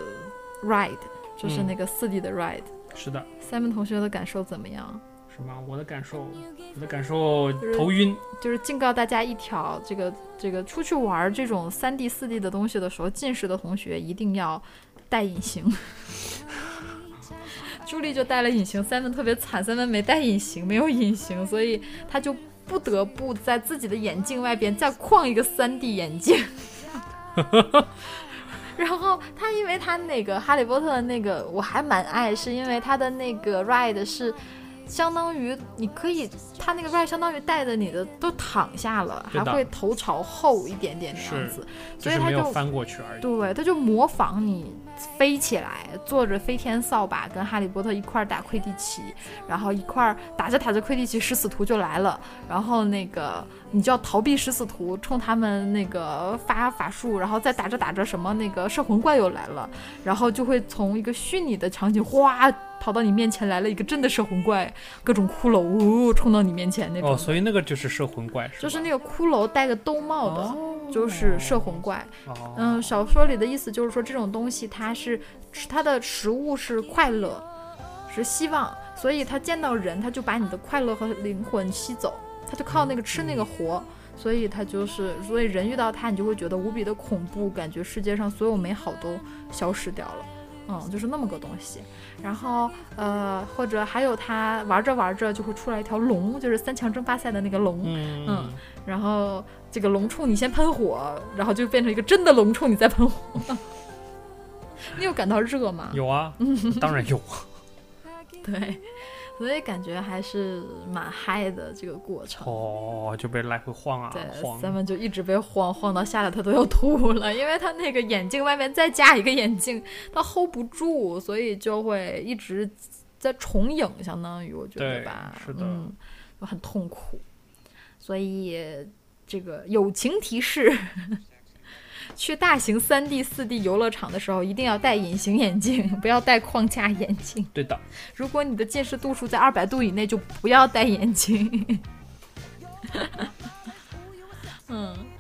ride， 就是那个4D 的 ride。 是的。 Simon 同学的感受怎么样？ 什么？我的感受头晕。 就是警告大家一条，这个出去玩这种3D 4D 的东西的时候，近视的同学一定要戴隐形。朱莉就戴了隐形，Simon特别惨，Simon没戴隐形，没有隐形，所以他就不得不在自己的眼镜外边再框一个3D 眼镜。然后他因为他那个哈利波特的那个我还蛮爱，是因为他的那个 ride 是相当于你可以，他那个 ride 相当于带着你的都躺下了，还会头朝后一点点那样子，所以他就翻过去而已。 对，他就模仿你飞起来，坐着飞天扫把跟哈利波特一块打魁地奇，然后一块打着魁地奇，食死徒就来了，然后那个你就要逃避食死徒，冲他们那个发法术，然后再打着什么那个摄魂怪又来了，然后就会从一个虚拟的场景哗跑到你面前，来了一个真的摄魂怪，各种骷髅冲到你面前那种。 所以那个就是摄魂怪，是吧？ 就是那个骷髅戴个兜帽的，就是摄魂怪。小说里的意思就是说，这种东西它的食物是快乐，是希望，所以它见到人，它就把你的快乐和灵魂吸走，它就靠那个吃那个活。所以人遇到它，你就会觉得无比的恐怖，感觉世界上所有美好都消失掉了。就是那么个东西。然后或者还有他玩着就会出来一条龙，就是3强争霸赛的那个龙。然后这个龙冲你先喷火，然后就变成一个真的龙冲你再喷火。你有感到热吗？ 有啊，当然有。 对，所以感觉还是蛮嗨的这个过程。 就被来回晃啊晃。 咱们就一直被晃到吓得他都要吐了，因为他那个眼镜外面再加一个眼镜，他 hold 不住，所以就会一直在重影，相当于我觉得吧， 是的， 就很痛苦。所以这个友情提示。去大型3D、4D 游乐场的时候，一定要戴隐形眼镜，不要戴框架眼镜。 对的。 如果你的近视度数在200度以内，就不要戴眼镜。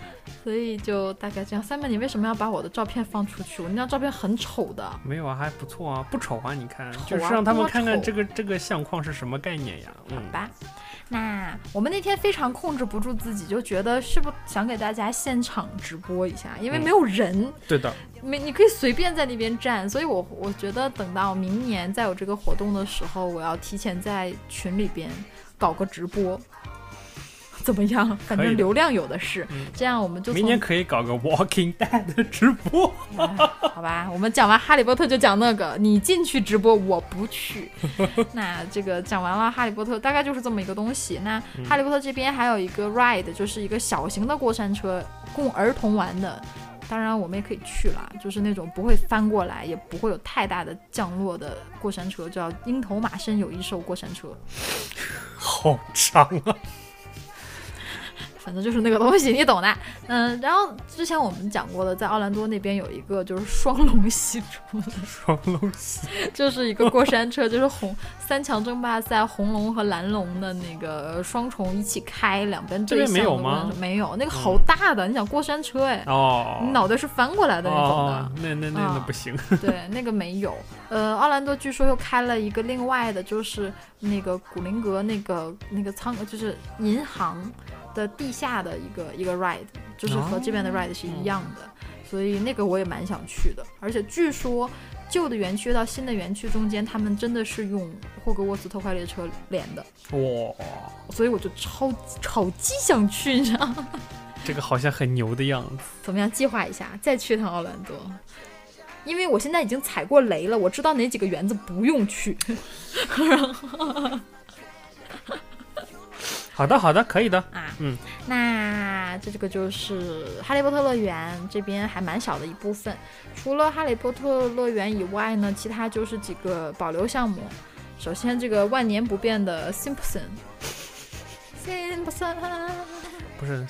所以就大概这样。Simon，你为什么要把我的照片放出去？我那张照片很丑的。 没有啊，还不错啊，不丑啊，你看， 丑啊就是让他们看看多丑这个相框是什么概念呀。 好吧，那我们那天非常控制不住自己，就觉得是不是想给大家现场直播一下，因为没有人， 对的， 你可以随便在那边站，所以我觉得等到明年再有这个活动的时候，我要提前在群里边搞个直播。怎么样？反正流量有的是，这样我们就明年可以搞个 Walking Dead 的直播。 好吧，我们讲完哈利波特就讲那个，你进去直播，我不去。那这个讲完了哈利波特，大概就是这么一个东西。那哈利波特这边还有一个 ride， 就是一个小型的过山车，供儿童玩的。当然我们也可以去了，就是那种不会翻过来，也不会有太大的降落的过山车，叫鹰头马身有翼兽过山车。 好长啊！ 反正就是那个东西，你懂的。然后之前我们讲过的，在奥兰多那边有一个就是双龙戏出的， 双龙戏就是一个过山车，就是三强争霸赛红龙和蓝龙的那个双重一起开，两边对向的。 这边没有吗？ 没有，那个好大的，你想过山车哎，你脑袋是翻过来的那种的。 那不行。 对，那个没有。奥兰多据说又开了一个另外的，就是那个古灵阁那个仓，就是银行的地下的一个 ride， 就是和这边的 ride 是一样的，所以那个我也蛮想去的。而且据说旧的园区到新的园区中间，他们真的是用霍格沃茨特快列车连的， 哇！ 所以我就超级想去，你知道吗？ 这个好像很牛的样子。 怎么样？计划一下，再去趟奥兰多。因为我现在已经踩过雷了，我知道哪几个园子不用去。 好的，可以的啊。那这个就是哈利波特乐园这边还蛮小的一部分。除了哈利波特乐园以外呢，其他就是几个保留项目。首先这个万年不变的 Simpson 不是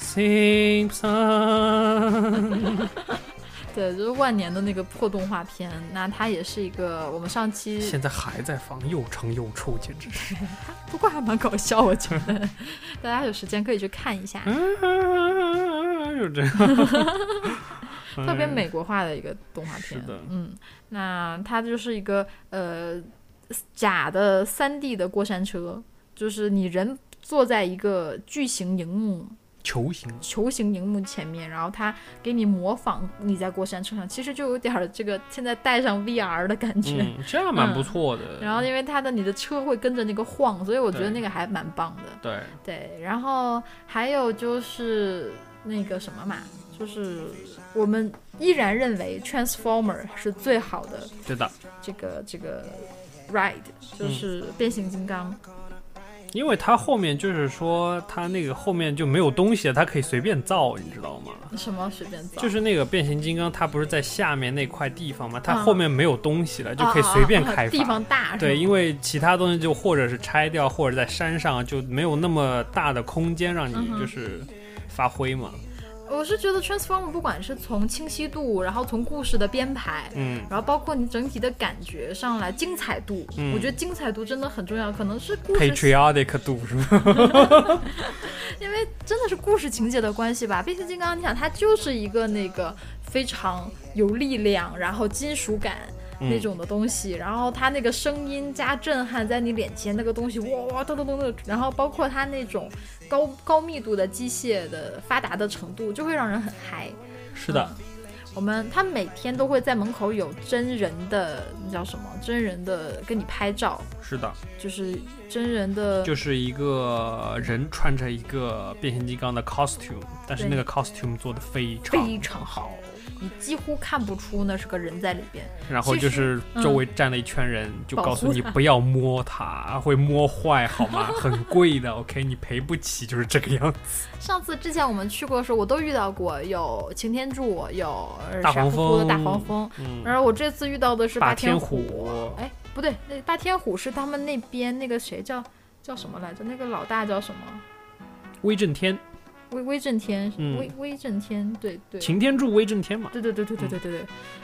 Simpson 对，就是万年的那个破动画片，那它也是一个我们上期现在还在放，又长又臭，简直是。 不过还蛮搞笑，我觉得大家有时间可以去看一下。 就这样， 特别美国化的一个动画片。 是的， 那它就是一个假的3D 的过山车，就是你人坐在一个巨型荧幕。球形荧幕前面，然后它给你模仿你在过山车上，其实就有点这个现在戴上 VR 的感觉， 这样蛮不错的。 然后因为你的车会跟着那个晃，所以我觉得那个还蛮棒的。 对，然后还有就是那个什么嘛，就是我们依然认为 Transformer 是最好的， 对的， 这个 ride 就是变形金刚。 因为它后面就是说，它那个后面就没有东西了，它可以随便造，你知道吗？ 什么随便造？ 就是那个变形金刚，它不是在下面那块地方吗？它后面没有东西了，就可以随便开发。 地方大。 对，因为其他东西就或者是拆掉，或者在山上就没有那么大的空间让你就是发挥嘛。 我是觉得 Transformer 不管是从清晰度，然后从故事的编排，然后包括你整体的感觉上来精彩度，我觉得精彩度真的很重要，可能是故事 patriotic 度是吗？ 因为真的是故事情节的关系吧。变形金刚，你想它就是一个那个非常有力量，然后金属感。那种的东西，然后它那个声音加震撼在你脸前那个东西，哇咚咚咚的，然后包括它那种高密度的机械的发达的程度，就会让人很嗨。 是的， 他每天都会在门口有真人的，那叫什么？真人的跟你拍照。是的，就是真人的， 就是一个人穿着一个变形金刚的 costume， 但是那个 costume 做的非常好。 你几乎看不出那是个人在里边， 然后就是周围站了一圈人，就告诉你不要摸它，会摸坏好吗？很贵的 OK， 你赔不起，就是这个样子。 之前我们去过的时候，我都遇到过，有擎天柱，有大黄蜂的大黄蜂，然后我这次遇到的是霸天虎。哎，不对，那霸天虎是他们那边那个谁叫什么来着？那个老大叫什么？ 威震天。 威震天，威震天，对， 擎天柱威震天嘛， 对，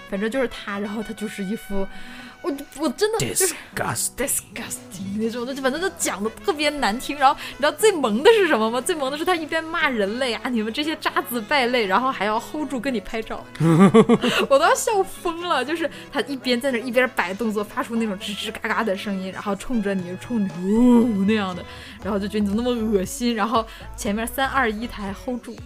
反正就是他，然后他就是一副。我真的就是 disgusting 那种，就反正就讲的特别难听。然后你知道最萌的是什么吗？最萌的是他一边骂人类啊，你们这些渣子败类，然后还要 hold 住跟你拍照，我都要笑疯了。就是他一边在那一边摆动作，发出那种吱吱嘎嘎的声音，然后冲着你那样的，然后就觉得你怎么那么恶心。然后前面3、2、1他还 hold 住。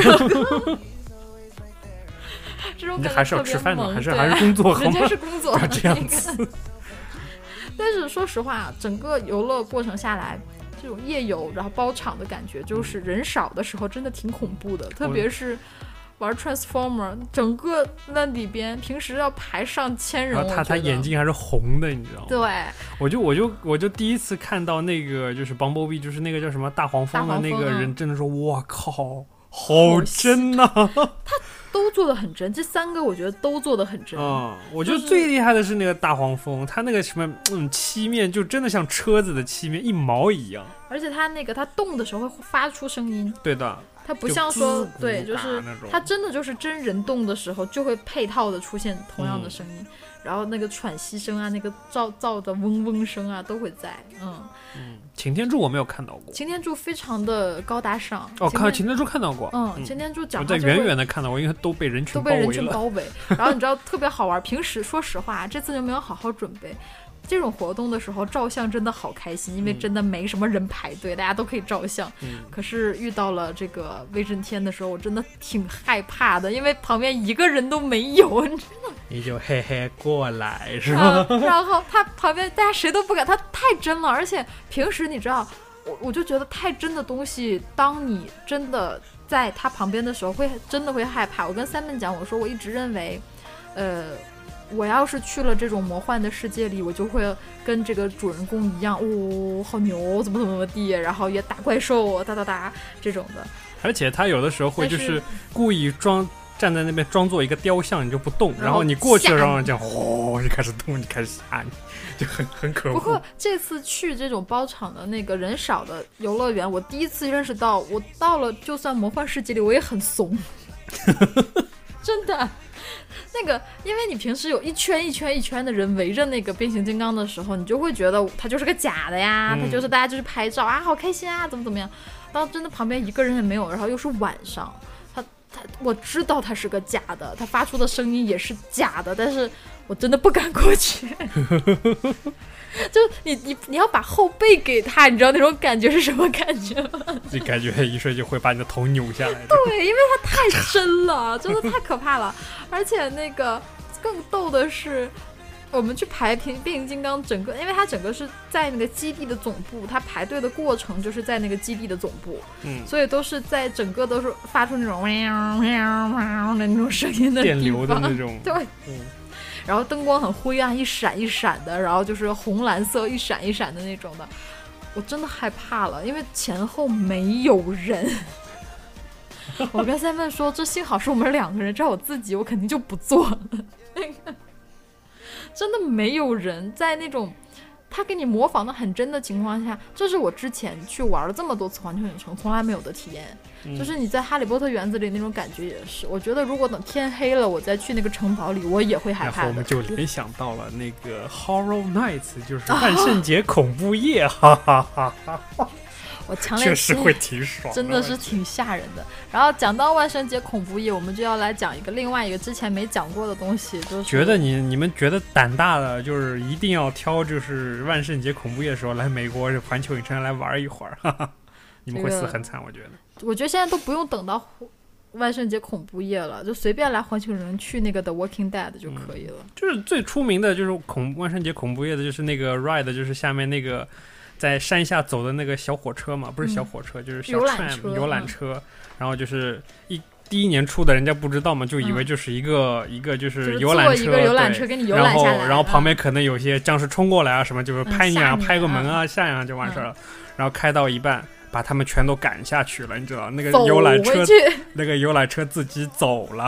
这种感觉还是要吃饭的，还是工作好吗？ 人家是工作， 这样子。 但是说实话，整个游乐过程下来，这种夜游然后包场的感觉，就是人少的时候真的挺恐怖的，特别是玩 Transformer， 整个那里边平时要排上千人， 然后他眼睛还是红的，你知道吗？ 对， 我就第一次看到那个就是 Bumblebee， 就是那个叫什么大黄蜂的那个人，真的说哇靠，好真呐！ 他都做得很真，这3个我觉得都做得很真。 我觉得最厉害的是那个大黄蜂，他那个什么漆面就真的像车子的漆面一毛一样， 而且他动的时候会发出声音。 对的。 它不像说对，就是它真的就是真人动的时候就会配套的出现同样的声音，然后那个喘息声啊，那个噪的嗡嗡声啊都会在。 擎天柱我没有看到过， 擎天柱非常的高大上。 擎天柱看到过。 擎天柱讲我在远远的看到过，因为都被人群包围。 然后你知道特别好玩，平时说实话这次就没有好好准备。这种活动的时候照相真的好开心，因为真的没什么人排队，大家都可以照相。可是遇到了这个威震天的时候，我真的挺害怕的，因为旁边一个人都没有，你知道吗？ 你就嘿嘿过来是吧？ 然后他旁边大家谁都不敢，他太真了。而且平时你知道，我就觉得太真的东西，当你真的在他旁边的时候，真的会害怕。我跟Simon讲，我说我一直认为，我要是去了这种魔幻的世界里，我就会跟这个主人公一样，好牛，怎么地，然后也打怪兽，哒这种的。 而且他有的时候会就是故意站在那边装作一个雕像，你就不动，然后你过去了，然后这样就开始动，你开始吓你，就很可恶。 不过这次去这种包场的那个人少的游乐园，我第一次认识到，我到了就算魔幻世界里，我也很怂，真的。那个，因为你平时有一圈一圈一圈的人围着那个变形金刚的时候，你就会觉得它就是个假的呀，它就是大家就是拍照啊，好开心啊，怎么样。当真的旁边一个人也没有，然后又是晚上，我知道它是个假的，它发出的声音也是假的，但是我真的不敢过去。就你要把后背给他，你知道那种感觉是什么感觉吗？ 就感觉一瞬就会把你的头扭下来。 对，因为它太真了，真的太可怕了。而且那个更逗的是，我们去排变形金刚整个，因为它整个是在那个基地的总部，它排队的过程就是在那个基地的总部，所以都是在整个都是发出那种喵喵喵的那种声音的电流的那种， 对，然后灯光很灰暗，一闪一闪的，然后就是红蓝色一闪一闪的那种的，我真的害怕了，因为前后没有人。我跟Simon说，这幸好是我们2个人，照我自己我肯定就不做了。那个真的没有人在那种他给你模仿的很真的情况下，这是我之前去玩了这么多次环球影城从来没有的体验。就是你在哈利波特园子里那种感觉也是，我觉得如果等天黑了我再去那个城堡里，我也会害怕的。 然后我们就联想到了那个 Horror Nights， 就是万圣节恐怖夜，哈哈哈哈。 我强烈确实会挺爽的， 真的是挺吓人的。然后讲到万圣节恐怖夜，我们就要来讲另外一个之前没讲过的东西，就是觉得你们觉得胆大的，就是一定要挑就是万圣节恐怖夜的时候来美国环球影城来玩一会儿，哈哈，你们会死很惨，我觉得。 我觉得现在都不用等到万圣节恐怖夜了，就随便来环球影城去那个 The Walking Dead 就可以了。 就是最出名的就是万圣节恐怖夜的，就是那个 ride， 就是下面那个在山下走的那个小火车嘛，不是小火车，就是小 tram 游览车，然后就是第一年出的，人家不知道嘛，就以为就是一个就是游览车， 一个游览车给你游览下来， 然后旁边可能有些僵尸冲过来啊什么，就是拍你啊，拍个门啊，吓呀就完事了。然后开到一半，把他们全都赶下去了，你知道那个游览车自己走了。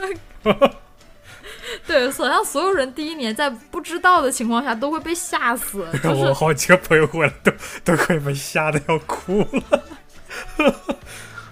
对，好像所有人第一年在不知道的情况下都会被吓死。就是我好几个朋友过来都快被吓得要哭了。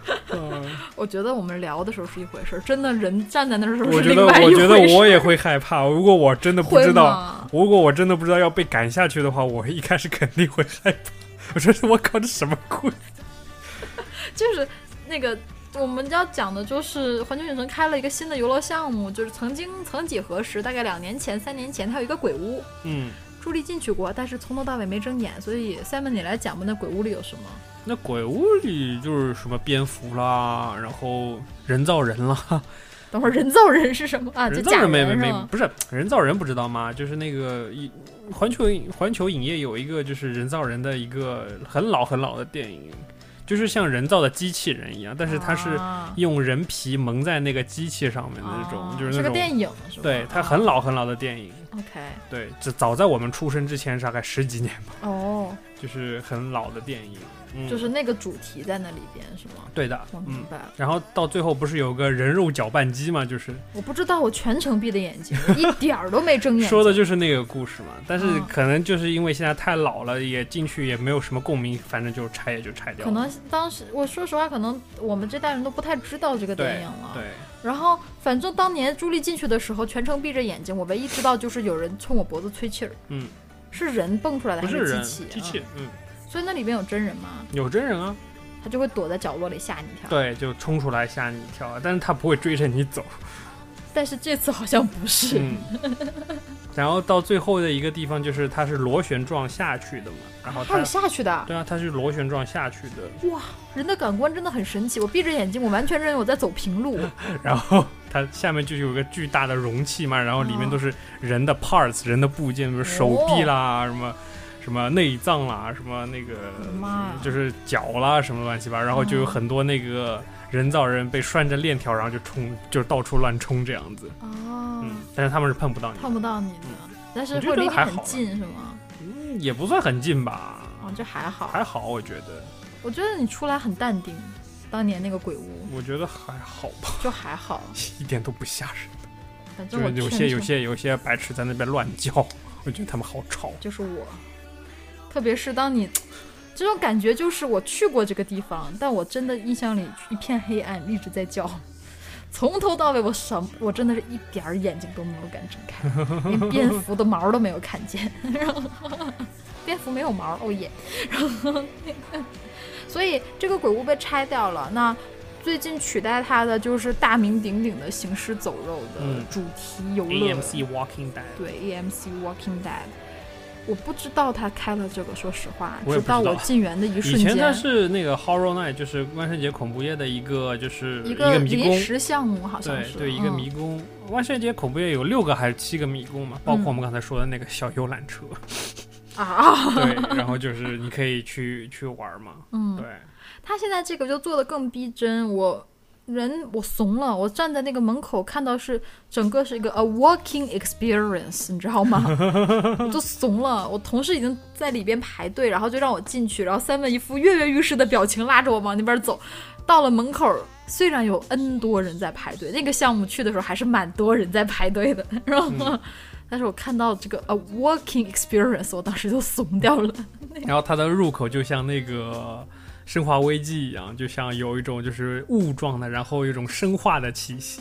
我觉得我们聊的时候是一回事，真的人站在那儿的时候我是另外一回事。 觉得我也会害怕。如果我真的不知会道吗， 要被赶下去的话，我一开始肯定会害怕。我说我靠，这什么鬼？ 就是那个我们要讲的就是环球影城开了一个新的游乐项目，就是曾几何时，大概2年前、3年前，它有一个鬼屋。朱莉进去过，但是从头到尾没睁眼，所以 Simon 你来讲吧，那鬼屋里有什么？ 那鬼屋里就是什么蝙蝠啦，然后人造人啦。 等会儿人造人是什么啊？ 人造人没不是人造人不知道吗？就是那个环球影业有一个就是人造人的一个很老的电影，就是像人造的机器人一样，但是它是用人皮蒙在那个机器上面的那种，就是那种是个电影是吧？ 对，它很老的电影。 OK， 对，这早在我们出生之前，大概10几年吧。 哦， 就是很老的电影。 就是那个主题在那里边是吗？ 对的， 我明白了。 然后到最后不是有个人肉搅拌机吗？就是我不知道，我全程闭着眼睛，一点儿都没睁眼。 说的就是那个故事嘛，但是可能就是因为现在太老了，也进去也没有什么共鸣，反正就拆也就拆掉了。 可能当时我说实话，可能我们这代人都不太知道这个电影了。 对。 然后反正当年朱莉进去的时候，全程闭着眼睛，我唯一知道就是有人冲我脖子吹气儿。是人蹦出来的还是机器？ 机器。 所以那里面有真人吗？ 有真人啊， 他就会躲在角落里吓你一跳。 对，就冲出来吓你一跳，但是他不会追着你走。 但是这次好像不是。 然后到最后的一个地方就是它是螺旋状下去的嘛，然后它是下去的。 对啊，它是螺旋状下去的。 哇，人的感官真的很神奇，我闭着眼睛，我完全认为我在走平路。 然后它下面就有一个巨大的容器嘛，然后里面都是人的 parts，人的部件，比如手臂啦，什么内脏啦，什么那个就是脚啦，什么乱七八糟，然后就有很多那个人造人被拴着链条，然后就到处乱冲这样子。但是他们是碰不到你的， 但是会离你很近是吗？ 也不算很近吧。 这还好， 我觉得。 我觉得你出来很淡定，当年那个鬼屋。 我觉得还好吧， 就还好， 一点都不吓人。 反正我有些白痴在那边乱叫，我觉得他们好吵。 就是我。特别是当你这种感觉，就是我去过这个地方，但我真的印象里一片黑暗，一直在叫，从头到尾我真的是一点眼睛都没有敢睁开，连蝙蝠的毛都没有看见。然后蝙蝠没有毛，哦耶！然后所以这个鬼屋被拆掉了。那最近取代它的就是大名鼎鼎的行尸走肉的主题游乐 AMC Walking Dead。 对 ，AMC Walking Dead。我不知道他开了这个，说实话， 直到我进园的一瞬间。 以前它是那个 Horror Night， 就是万圣节恐怖夜的一个一个迷宫临时项目，好像是对一个迷宫。万圣节恐怖夜有6个还是7个迷宫嘛，包括我们刚才说的那个小游览车对，然后就是你可以去玩嘛。对， 他现在这个就做得更逼真，我怂了，我站在那个门口看到是整个是一个 a walking experience， 你知道吗？我就怂了，我同事已经在里边排队，然后就让我进去，然后Simon一副跃跃欲试的表情拉着我往那边走。到了门口，虽然有 N 多人在排队，那个项目去的时候还是蛮多人在排队的，然后但是我看到这个 a walking experience， 我当时就怂掉了。 然后它的入口就像那个生化危机一样，就像有一种就是雾状的，然后有一种生化的气息。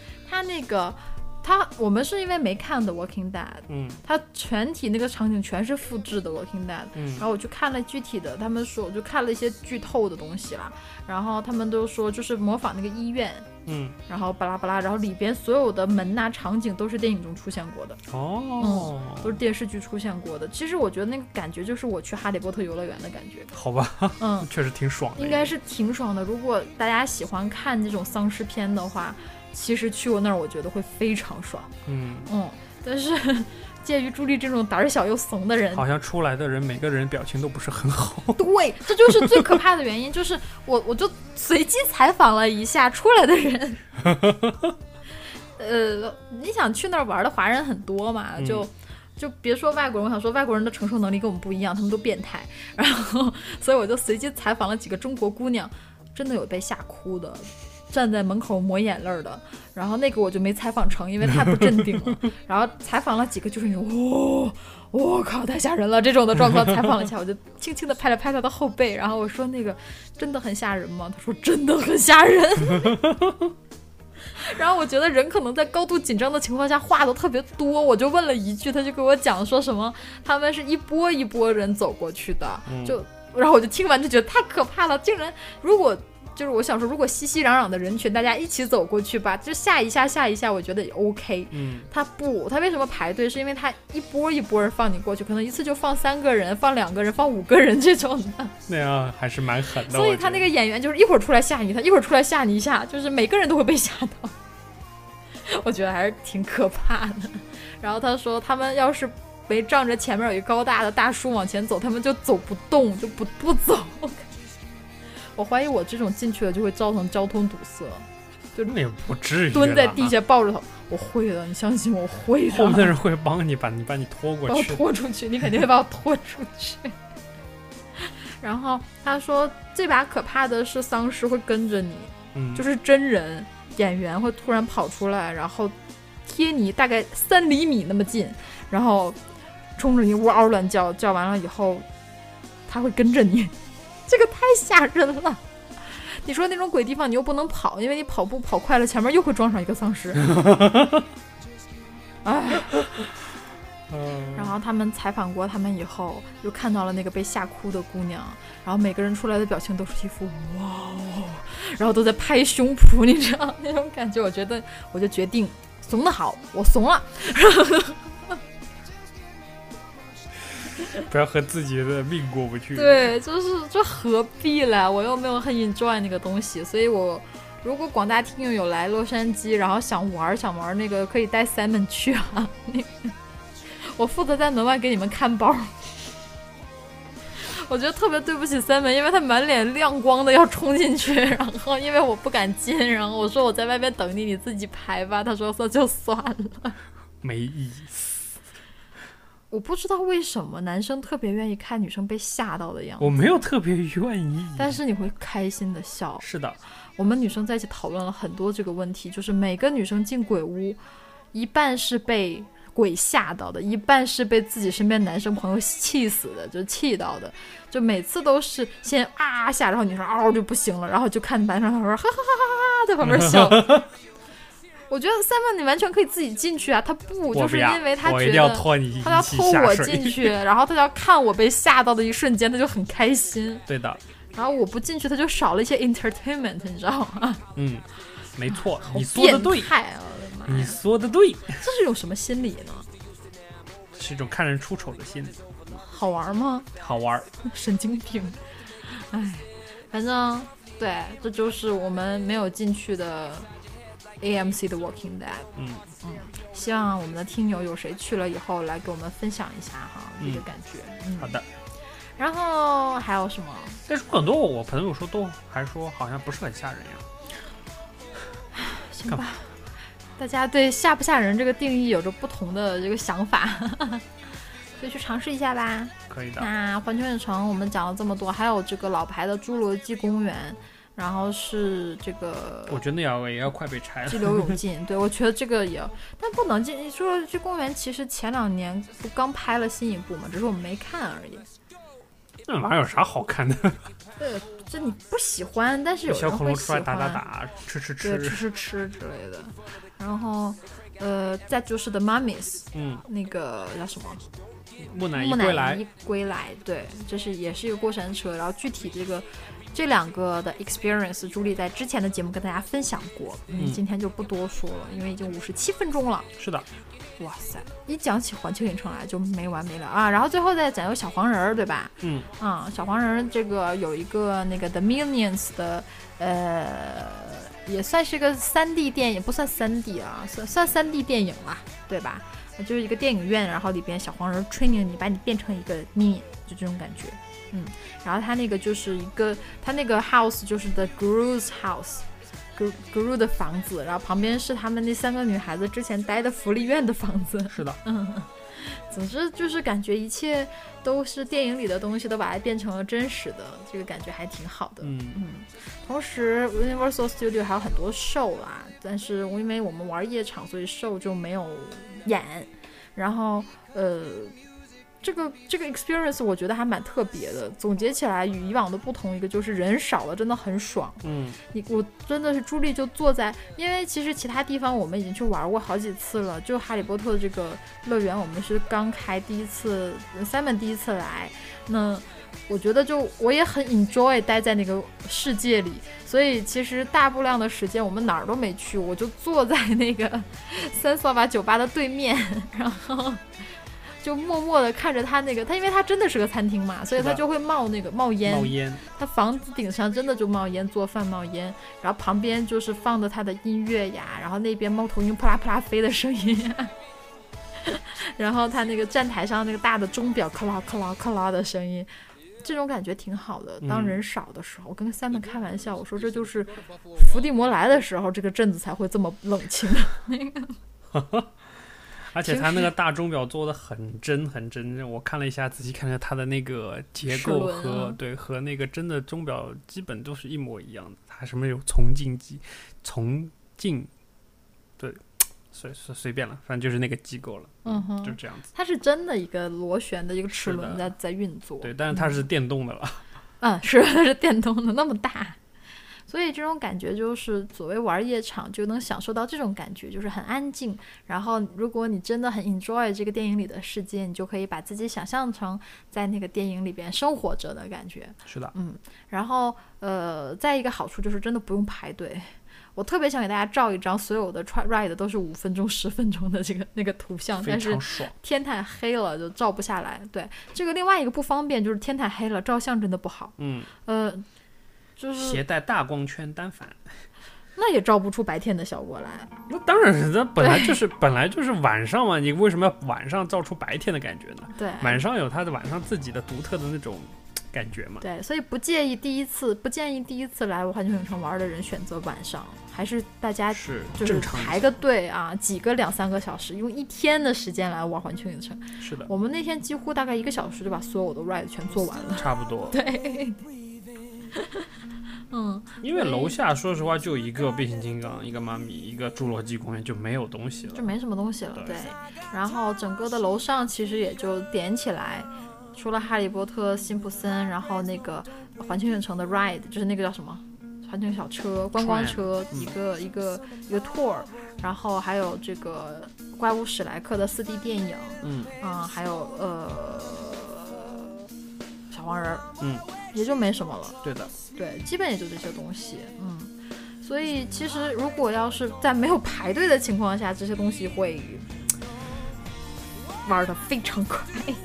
我们是因为没看的 Walking Dead，它全体那个场景全是复制的 Walking Dead，然后我去看了具体的，他们说我就看了一些剧透的东西啦，然后他们都说就是模仿那个医院，然后巴拉巴拉，然后里边所有的门呐场景都是电影中出现过的，都是电视剧出现过的。其实我觉得那个感觉就是我去哈利波特游乐园的感觉。 好吧，确实挺爽的， 应该是挺爽的。如果大家喜欢看这种丧尸片的话，其实去过那儿我觉得会非常爽。但是介于朱莉这种胆小又怂的人， 好像出来的人每个人表情都不是很好。 对，这就是最可怕的原因。就是我就随机采访了一下出来的人你想去那儿玩的华人很多嘛，就别说外国人，我想说外国人的承受能力跟我们不一样，他们都变态。然后所以我就随机采访了几个中国姑娘，真的有被吓哭的， 站在门口抹眼泪的，然后那个我就没采访成，因为太不镇定了。然后采访了几个就是那种我靠太吓人了这种的状况，采访了一下，我就轻轻的拍了拍他的后背，然后我说那个真的很吓人吗？他说真的很吓人。然后我觉得人可能在高度紧张的情况下话都特别多，我就问了一句，他就给我讲说什么他们是一波一波人走过去的，然后我就听完就觉得太可怕了，竟然如果就是我想说如果熙熙攘攘的人群大家一起走过去吧，就吓一下我觉得也 OK。他为什么排队？是因为他一波一波人放你过去，可能一次就放3个人，放2个人，放5个人这种的， 那样还是蛮狠的。 所以他那个演员就是一会儿出来吓你，他一会儿出来吓你一下，就是每个人都会被吓到。我觉得还是挺可怕的。然后他说他们要是没仗着前面有一个高大的大叔往前走，他们就走不动，就不走。我怀疑我这种进去了就会造成交通堵塞，就那也不至于蹲在地下抱着头，我会的，你相信我会的。 后面的人会帮你把你拖过去， 把我拖出去，你肯定会把我拖出去。然后他说这把可怕的是丧尸会跟着你，就是真人演员会突然跑出来，然后贴你大概3厘米那么近，然后冲着你呜嗷乱叫，叫完了以后他会跟着你，这个太吓人了。你说那种鬼地方你又不能跑，因为你跑步跑快了前面又会撞上一个丧尸。哎，然后他们采访过他们以后又看到了那个被吓哭的姑娘，然后每个人出来的表情都是一副哇哦，然后都在拍胸脯，你知道那种感觉。我就决定怂得好，我怂了。 不要和自己的命过不去。 对，就何必了，我又没有很 enjoy 那个东西。所以如果广大听友有来洛杉矶然后想玩那个，可以带 Simon 去啊。我负责在门外给你们看包。我觉得特别对不起 Simon， 因为他满脸亮光的要冲进去，然后因为我不敢进，然后我说我在外面等你，你自己排吧。他说就算了， 没意思。 我不知道为什么男生特别愿意看女生被吓到的样子。 我没有特别愿意， 但是你会开心的笑。 是的， 我们女生在一起讨论了很多这个问题，就是每个女生进鬼屋，一半是被鬼吓到的，一半是被自己身边男生朋友气死的，就气到的，就每次都是先啊吓，然后女生嗷就不行了，然后就看男生他说哈哈哈哈在旁边笑。我觉得Simon你完全可以自己进去啊，他不就是因为他觉得我一定要拖你， 他要拖我进去，然后他要看我被吓到的一瞬间，他就很开心。 对的。 然后我不进去，他就少了一些 entertainment， 你知道吗？ 没错，你说的对。你说的对。 这是一种什么心理呢？ 是一种看人出丑的心理。 好玩吗？ 好玩。 神经病。哎，反正对，这就是我们没有进去的AMC 的 Walking Dead。希望我们的听友有谁去了以后来给我们分享一下哈，这个感觉。 好的。 然后还有什么？ 但是很多我朋友说都还说好像不是很吓人呀。 行吧，大家对吓不吓人这个定义有着不同的这个想法，所以去尝试一下吧。 可以的。 那环球影城我们讲了这么多，还有这个老牌的侏罗纪公园。然后是这个， 我觉得也要快被拆了。 激流勇进，对，我觉得这个也要，但不能进。侏罗纪公园其实前2年不刚拍了新一部嘛，只是我们没看而已。 那玩意有啥好看的？ 对，这你不喜欢，但是有人会喜欢。 小恐龙出来打，吃之类的。然后，再就是 The Mummies， 那个叫什么？ 木乃伊归来，对，也是一个过山车。然后具体这2个的 experience， 朱莉在之前的节目跟大家分享过，今天就不多说了，因为已经57分钟了。 是的， 哇塞，一讲起环球影城来就没完没了啊！然后最后再讲有小黄人，对吧？小黄人这个有一个那个 The Minions 的，也算是个3D 电影，不算3D 啊，算3D 电影啦，对吧？就是一个电影院，然后里边小黄人 training 你，把你变成一个 minion， 就这种感觉。然后他那个就是他那个 house 就是 The Gru's house，Gru 的房子，然后旁边是他们那3个女孩子之前待的福利院的房子。 是的。 总之就是感觉一切都是电影里的东西都把它变成了真实的，这个感觉还挺好的。同时 Universal Studio 还有很多 show 啦，但是因为我们玩夜场，所以 show 就没有演。然后这个 experience 我觉得还蛮特别的。总结起来与以往的不同，一个就是人少了真的很爽。我真的是朱莉就坐在，因为其实其他地方我们已经去玩过好几次了，就哈利波特这个乐园我们是刚开第一次 Simon 第一次来，那我觉得就我也很 enjoy 待在那个世界里，所以其实大部量的时间我们哪儿都没去，我就坐在那个三索瓦酒吧的对面，然后就默默的看着他那个，他因为他真的是个餐厅嘛，所以他就会冒烟，他房子顶上真的就冒烟，做饭冒烟，然后旁边就是放的他的音乐呀，然后那边猫头鹰扑啦扑啦飞的声音呀，然后他那个站台上那个大的钟表克拉克拉克拉的声音，这种感觉挺好的。当人少的时候，我跟 Simon 开玩笑，我说这就是伏地魔来的时候，这个镇子才会这么冷清。 而且他那个大钟表做的很真，我看了一下，仔细看了它的那个结构和那个真的钟表基本都是一模一样的。它什么有从进，对，随便了，反正就是那个机构了。就这样子。它是真的一个螺旋的一个齿轮在运作。 对，但是它是电动的了。 是它是电动的，那么大。所以这种感觉就是所谓玩夜场就能享受到这种感觉，就是很安静，然后如果你真的很 enjoy 这个电影里的世界，你就可以把自己想象成在那个电影里边生活着的感觉。 是的。 然后再一个好处就是真的不用排队。我特别想给大家照一张所有的 ride 都是5分钟10分钟的那个图像，但是天太黑了就照不下来。对，这个另外一个不方便就是天太黑了，照相真的不好。就是携带大光圈单反， 那也照不出白天的效果来。 那当然是，这本来就是晚上嘛，你为什么要晚上照出白天的感觉呢？ 对， 晚上有它的晚上自己的独特的那种感觉嘛。 对，所以不建议第一次来环球影城玩的人选择晚上，还是大家就是排个队啊，挤个2-3个小时，用1天的时间来玩环球影城。 是的， 我们那天几乎大概1个小时就把所有的 ride 全做完了， 差不多。 对。 因为楼下说实话就一个变形金刚，一个妈咪，一个侏罗纪公园，就没有东西了， 就没什么东西了。对，然后整个的楼上其实也就点起来，除了哈利波特、辛普森，然后那个环球影城的 ride， 就是那个叫什么环球小车、观光车，一个 tour， 然后还有这个怪物史莱克的4D 电影，还有小黄人，也就没什么了。 对的， 对，基本也就这些东西。所以其实如果要是在没有排队的情况下，这些东西会玩得非常快。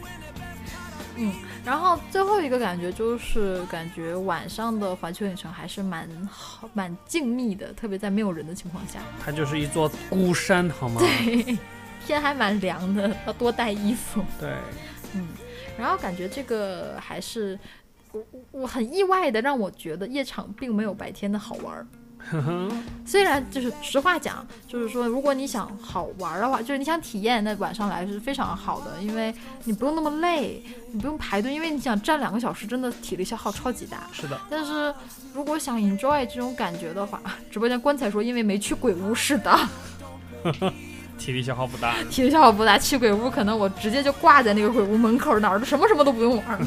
然后最后一个感觉就是感觉晚上的环球影城还是蛮静谧的，特别在没有人的情况下。 它就是一座孤山，好吗？ 对，天还蛮凉的，要多带衣服。 对， 然后感觉这个还是我很意外的，让我觉得夜场并没有白天的好玩。虽然就是实话讲，就是说如果你想好玩的话，就是你想体验，那晚上来是非常好的，因为你不用那么累，你不用排队，因为你想站2个小时真的体力消耗超级大。 是的。 但是如果想 enjoy 这种感觉的话，直播间棺材说因为没去鬼屋。是的。 体力消耗不大， 去鬼屋可能我直接就挂在那个鬼屋门口，哪儿什么都不用玩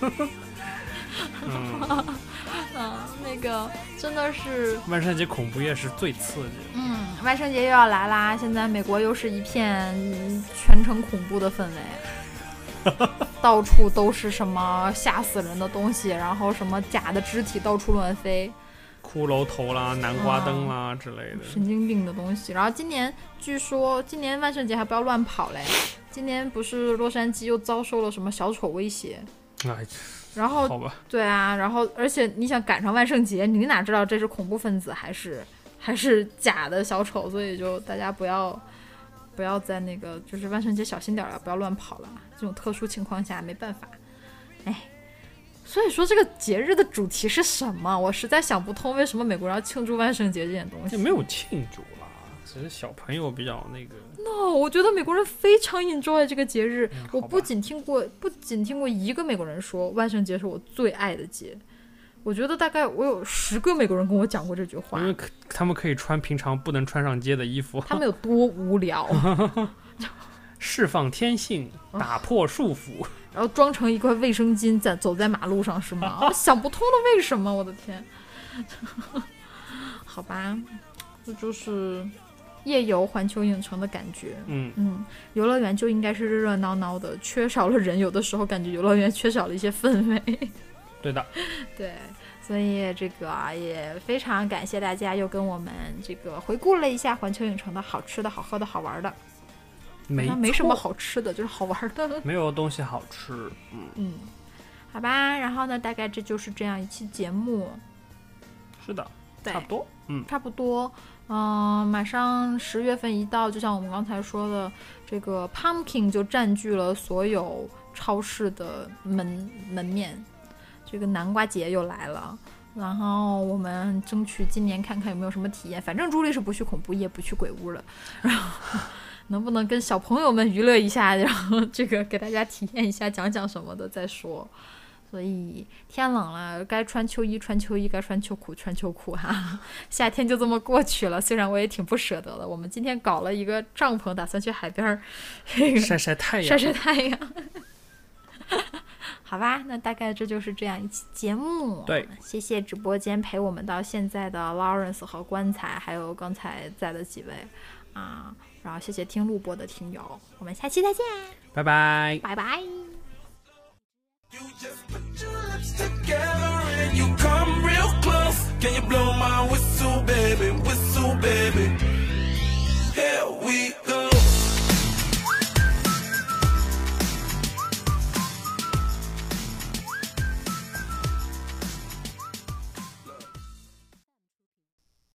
了。那个真的是万圣节恐怖夜是最刺激。 万圣节又要来啦，现在美国又是一片全程恐怖的氛围，到处都是什么吓死人的东西，然后什么假的肢体到处乱飞， 骷髅头啦、南瓜灯啦之类的， 神经病的东西。然后据说今年万圣节还不要乱跑嘞，今年不是洛杉矶又遭受了什么小丑威胁，然后好吧， 对啊，然后而且你想赶上万圣节，你哪知道这是恐怖分子还是假的小丑，所以就大家不要在那个就是万圣节小心点了，不要乱跑了，这种特殊情况下没办法。所以说这个节日的主题是什么？我实在想不通，为什么美国人要庆祝万圣节这件东西？ 没有庆祝啦， 只是小朋友比较那个。 No， 我觉得美国人非常 enjoy 这个节日。我好吧不仅听过一个美国人说万圣节是我最爱的节，我觉得大概我有10个美国人跟我讲过这句话。 因为他们可以穿平常不能穿上街的衣服。 他们有多无聊？ 释放天性，打破束缚。 然后装成一块卫生巾走在马路上是吗？我想不通的为什么，我的天。好吧，这就是夜游环球影城的感觉。游乐园就应该是热热闹闹的，缺少了人，有的时候感觉游乐园缺少了一些氛围。 对的， 对，所以这个也非常感谢大家又跟我们这个回顾了一下环球影城的好吃的、好喝的、好玩的。没什么好吃的，就是好玩的， 没有东西好吃。 好吧，然后呢，大概这就是这样一期节目。 是的， 对， 差不多。 差不多。马上10月份一到，就像我们刚才说的，这个 pumpkin 就占据了所有超市的门面。这个南瓜节又来了，然后我们争取今年看看有没有什么体验。反正朱莉是不去恐怖夜，不去鬼屋的，然后能不能跟小朋友们娱乐一下，然后这个给大家体验一下，讲讲什么的再说。所以天冷了，该穿秋衣穿秋衣，该穿秋裤穿秋裤哈。夏天就这么过去了，虽然我也挺不舍得的。我们今天搞了一个帐篷，打算去海边晒晒太阳， 晒太阳。好吧，那大概这就是这样一期节目。 对， 谢谢直播间陪我们到现在的 Lawrence 和棺材，还有刚才在的几位啊，然后谢谢听录播的听友，我们下期再见， 拜拜， 拜拜。 You just put your lips together and you come real close. Can you blow my whistle, baby? Whistle, baby.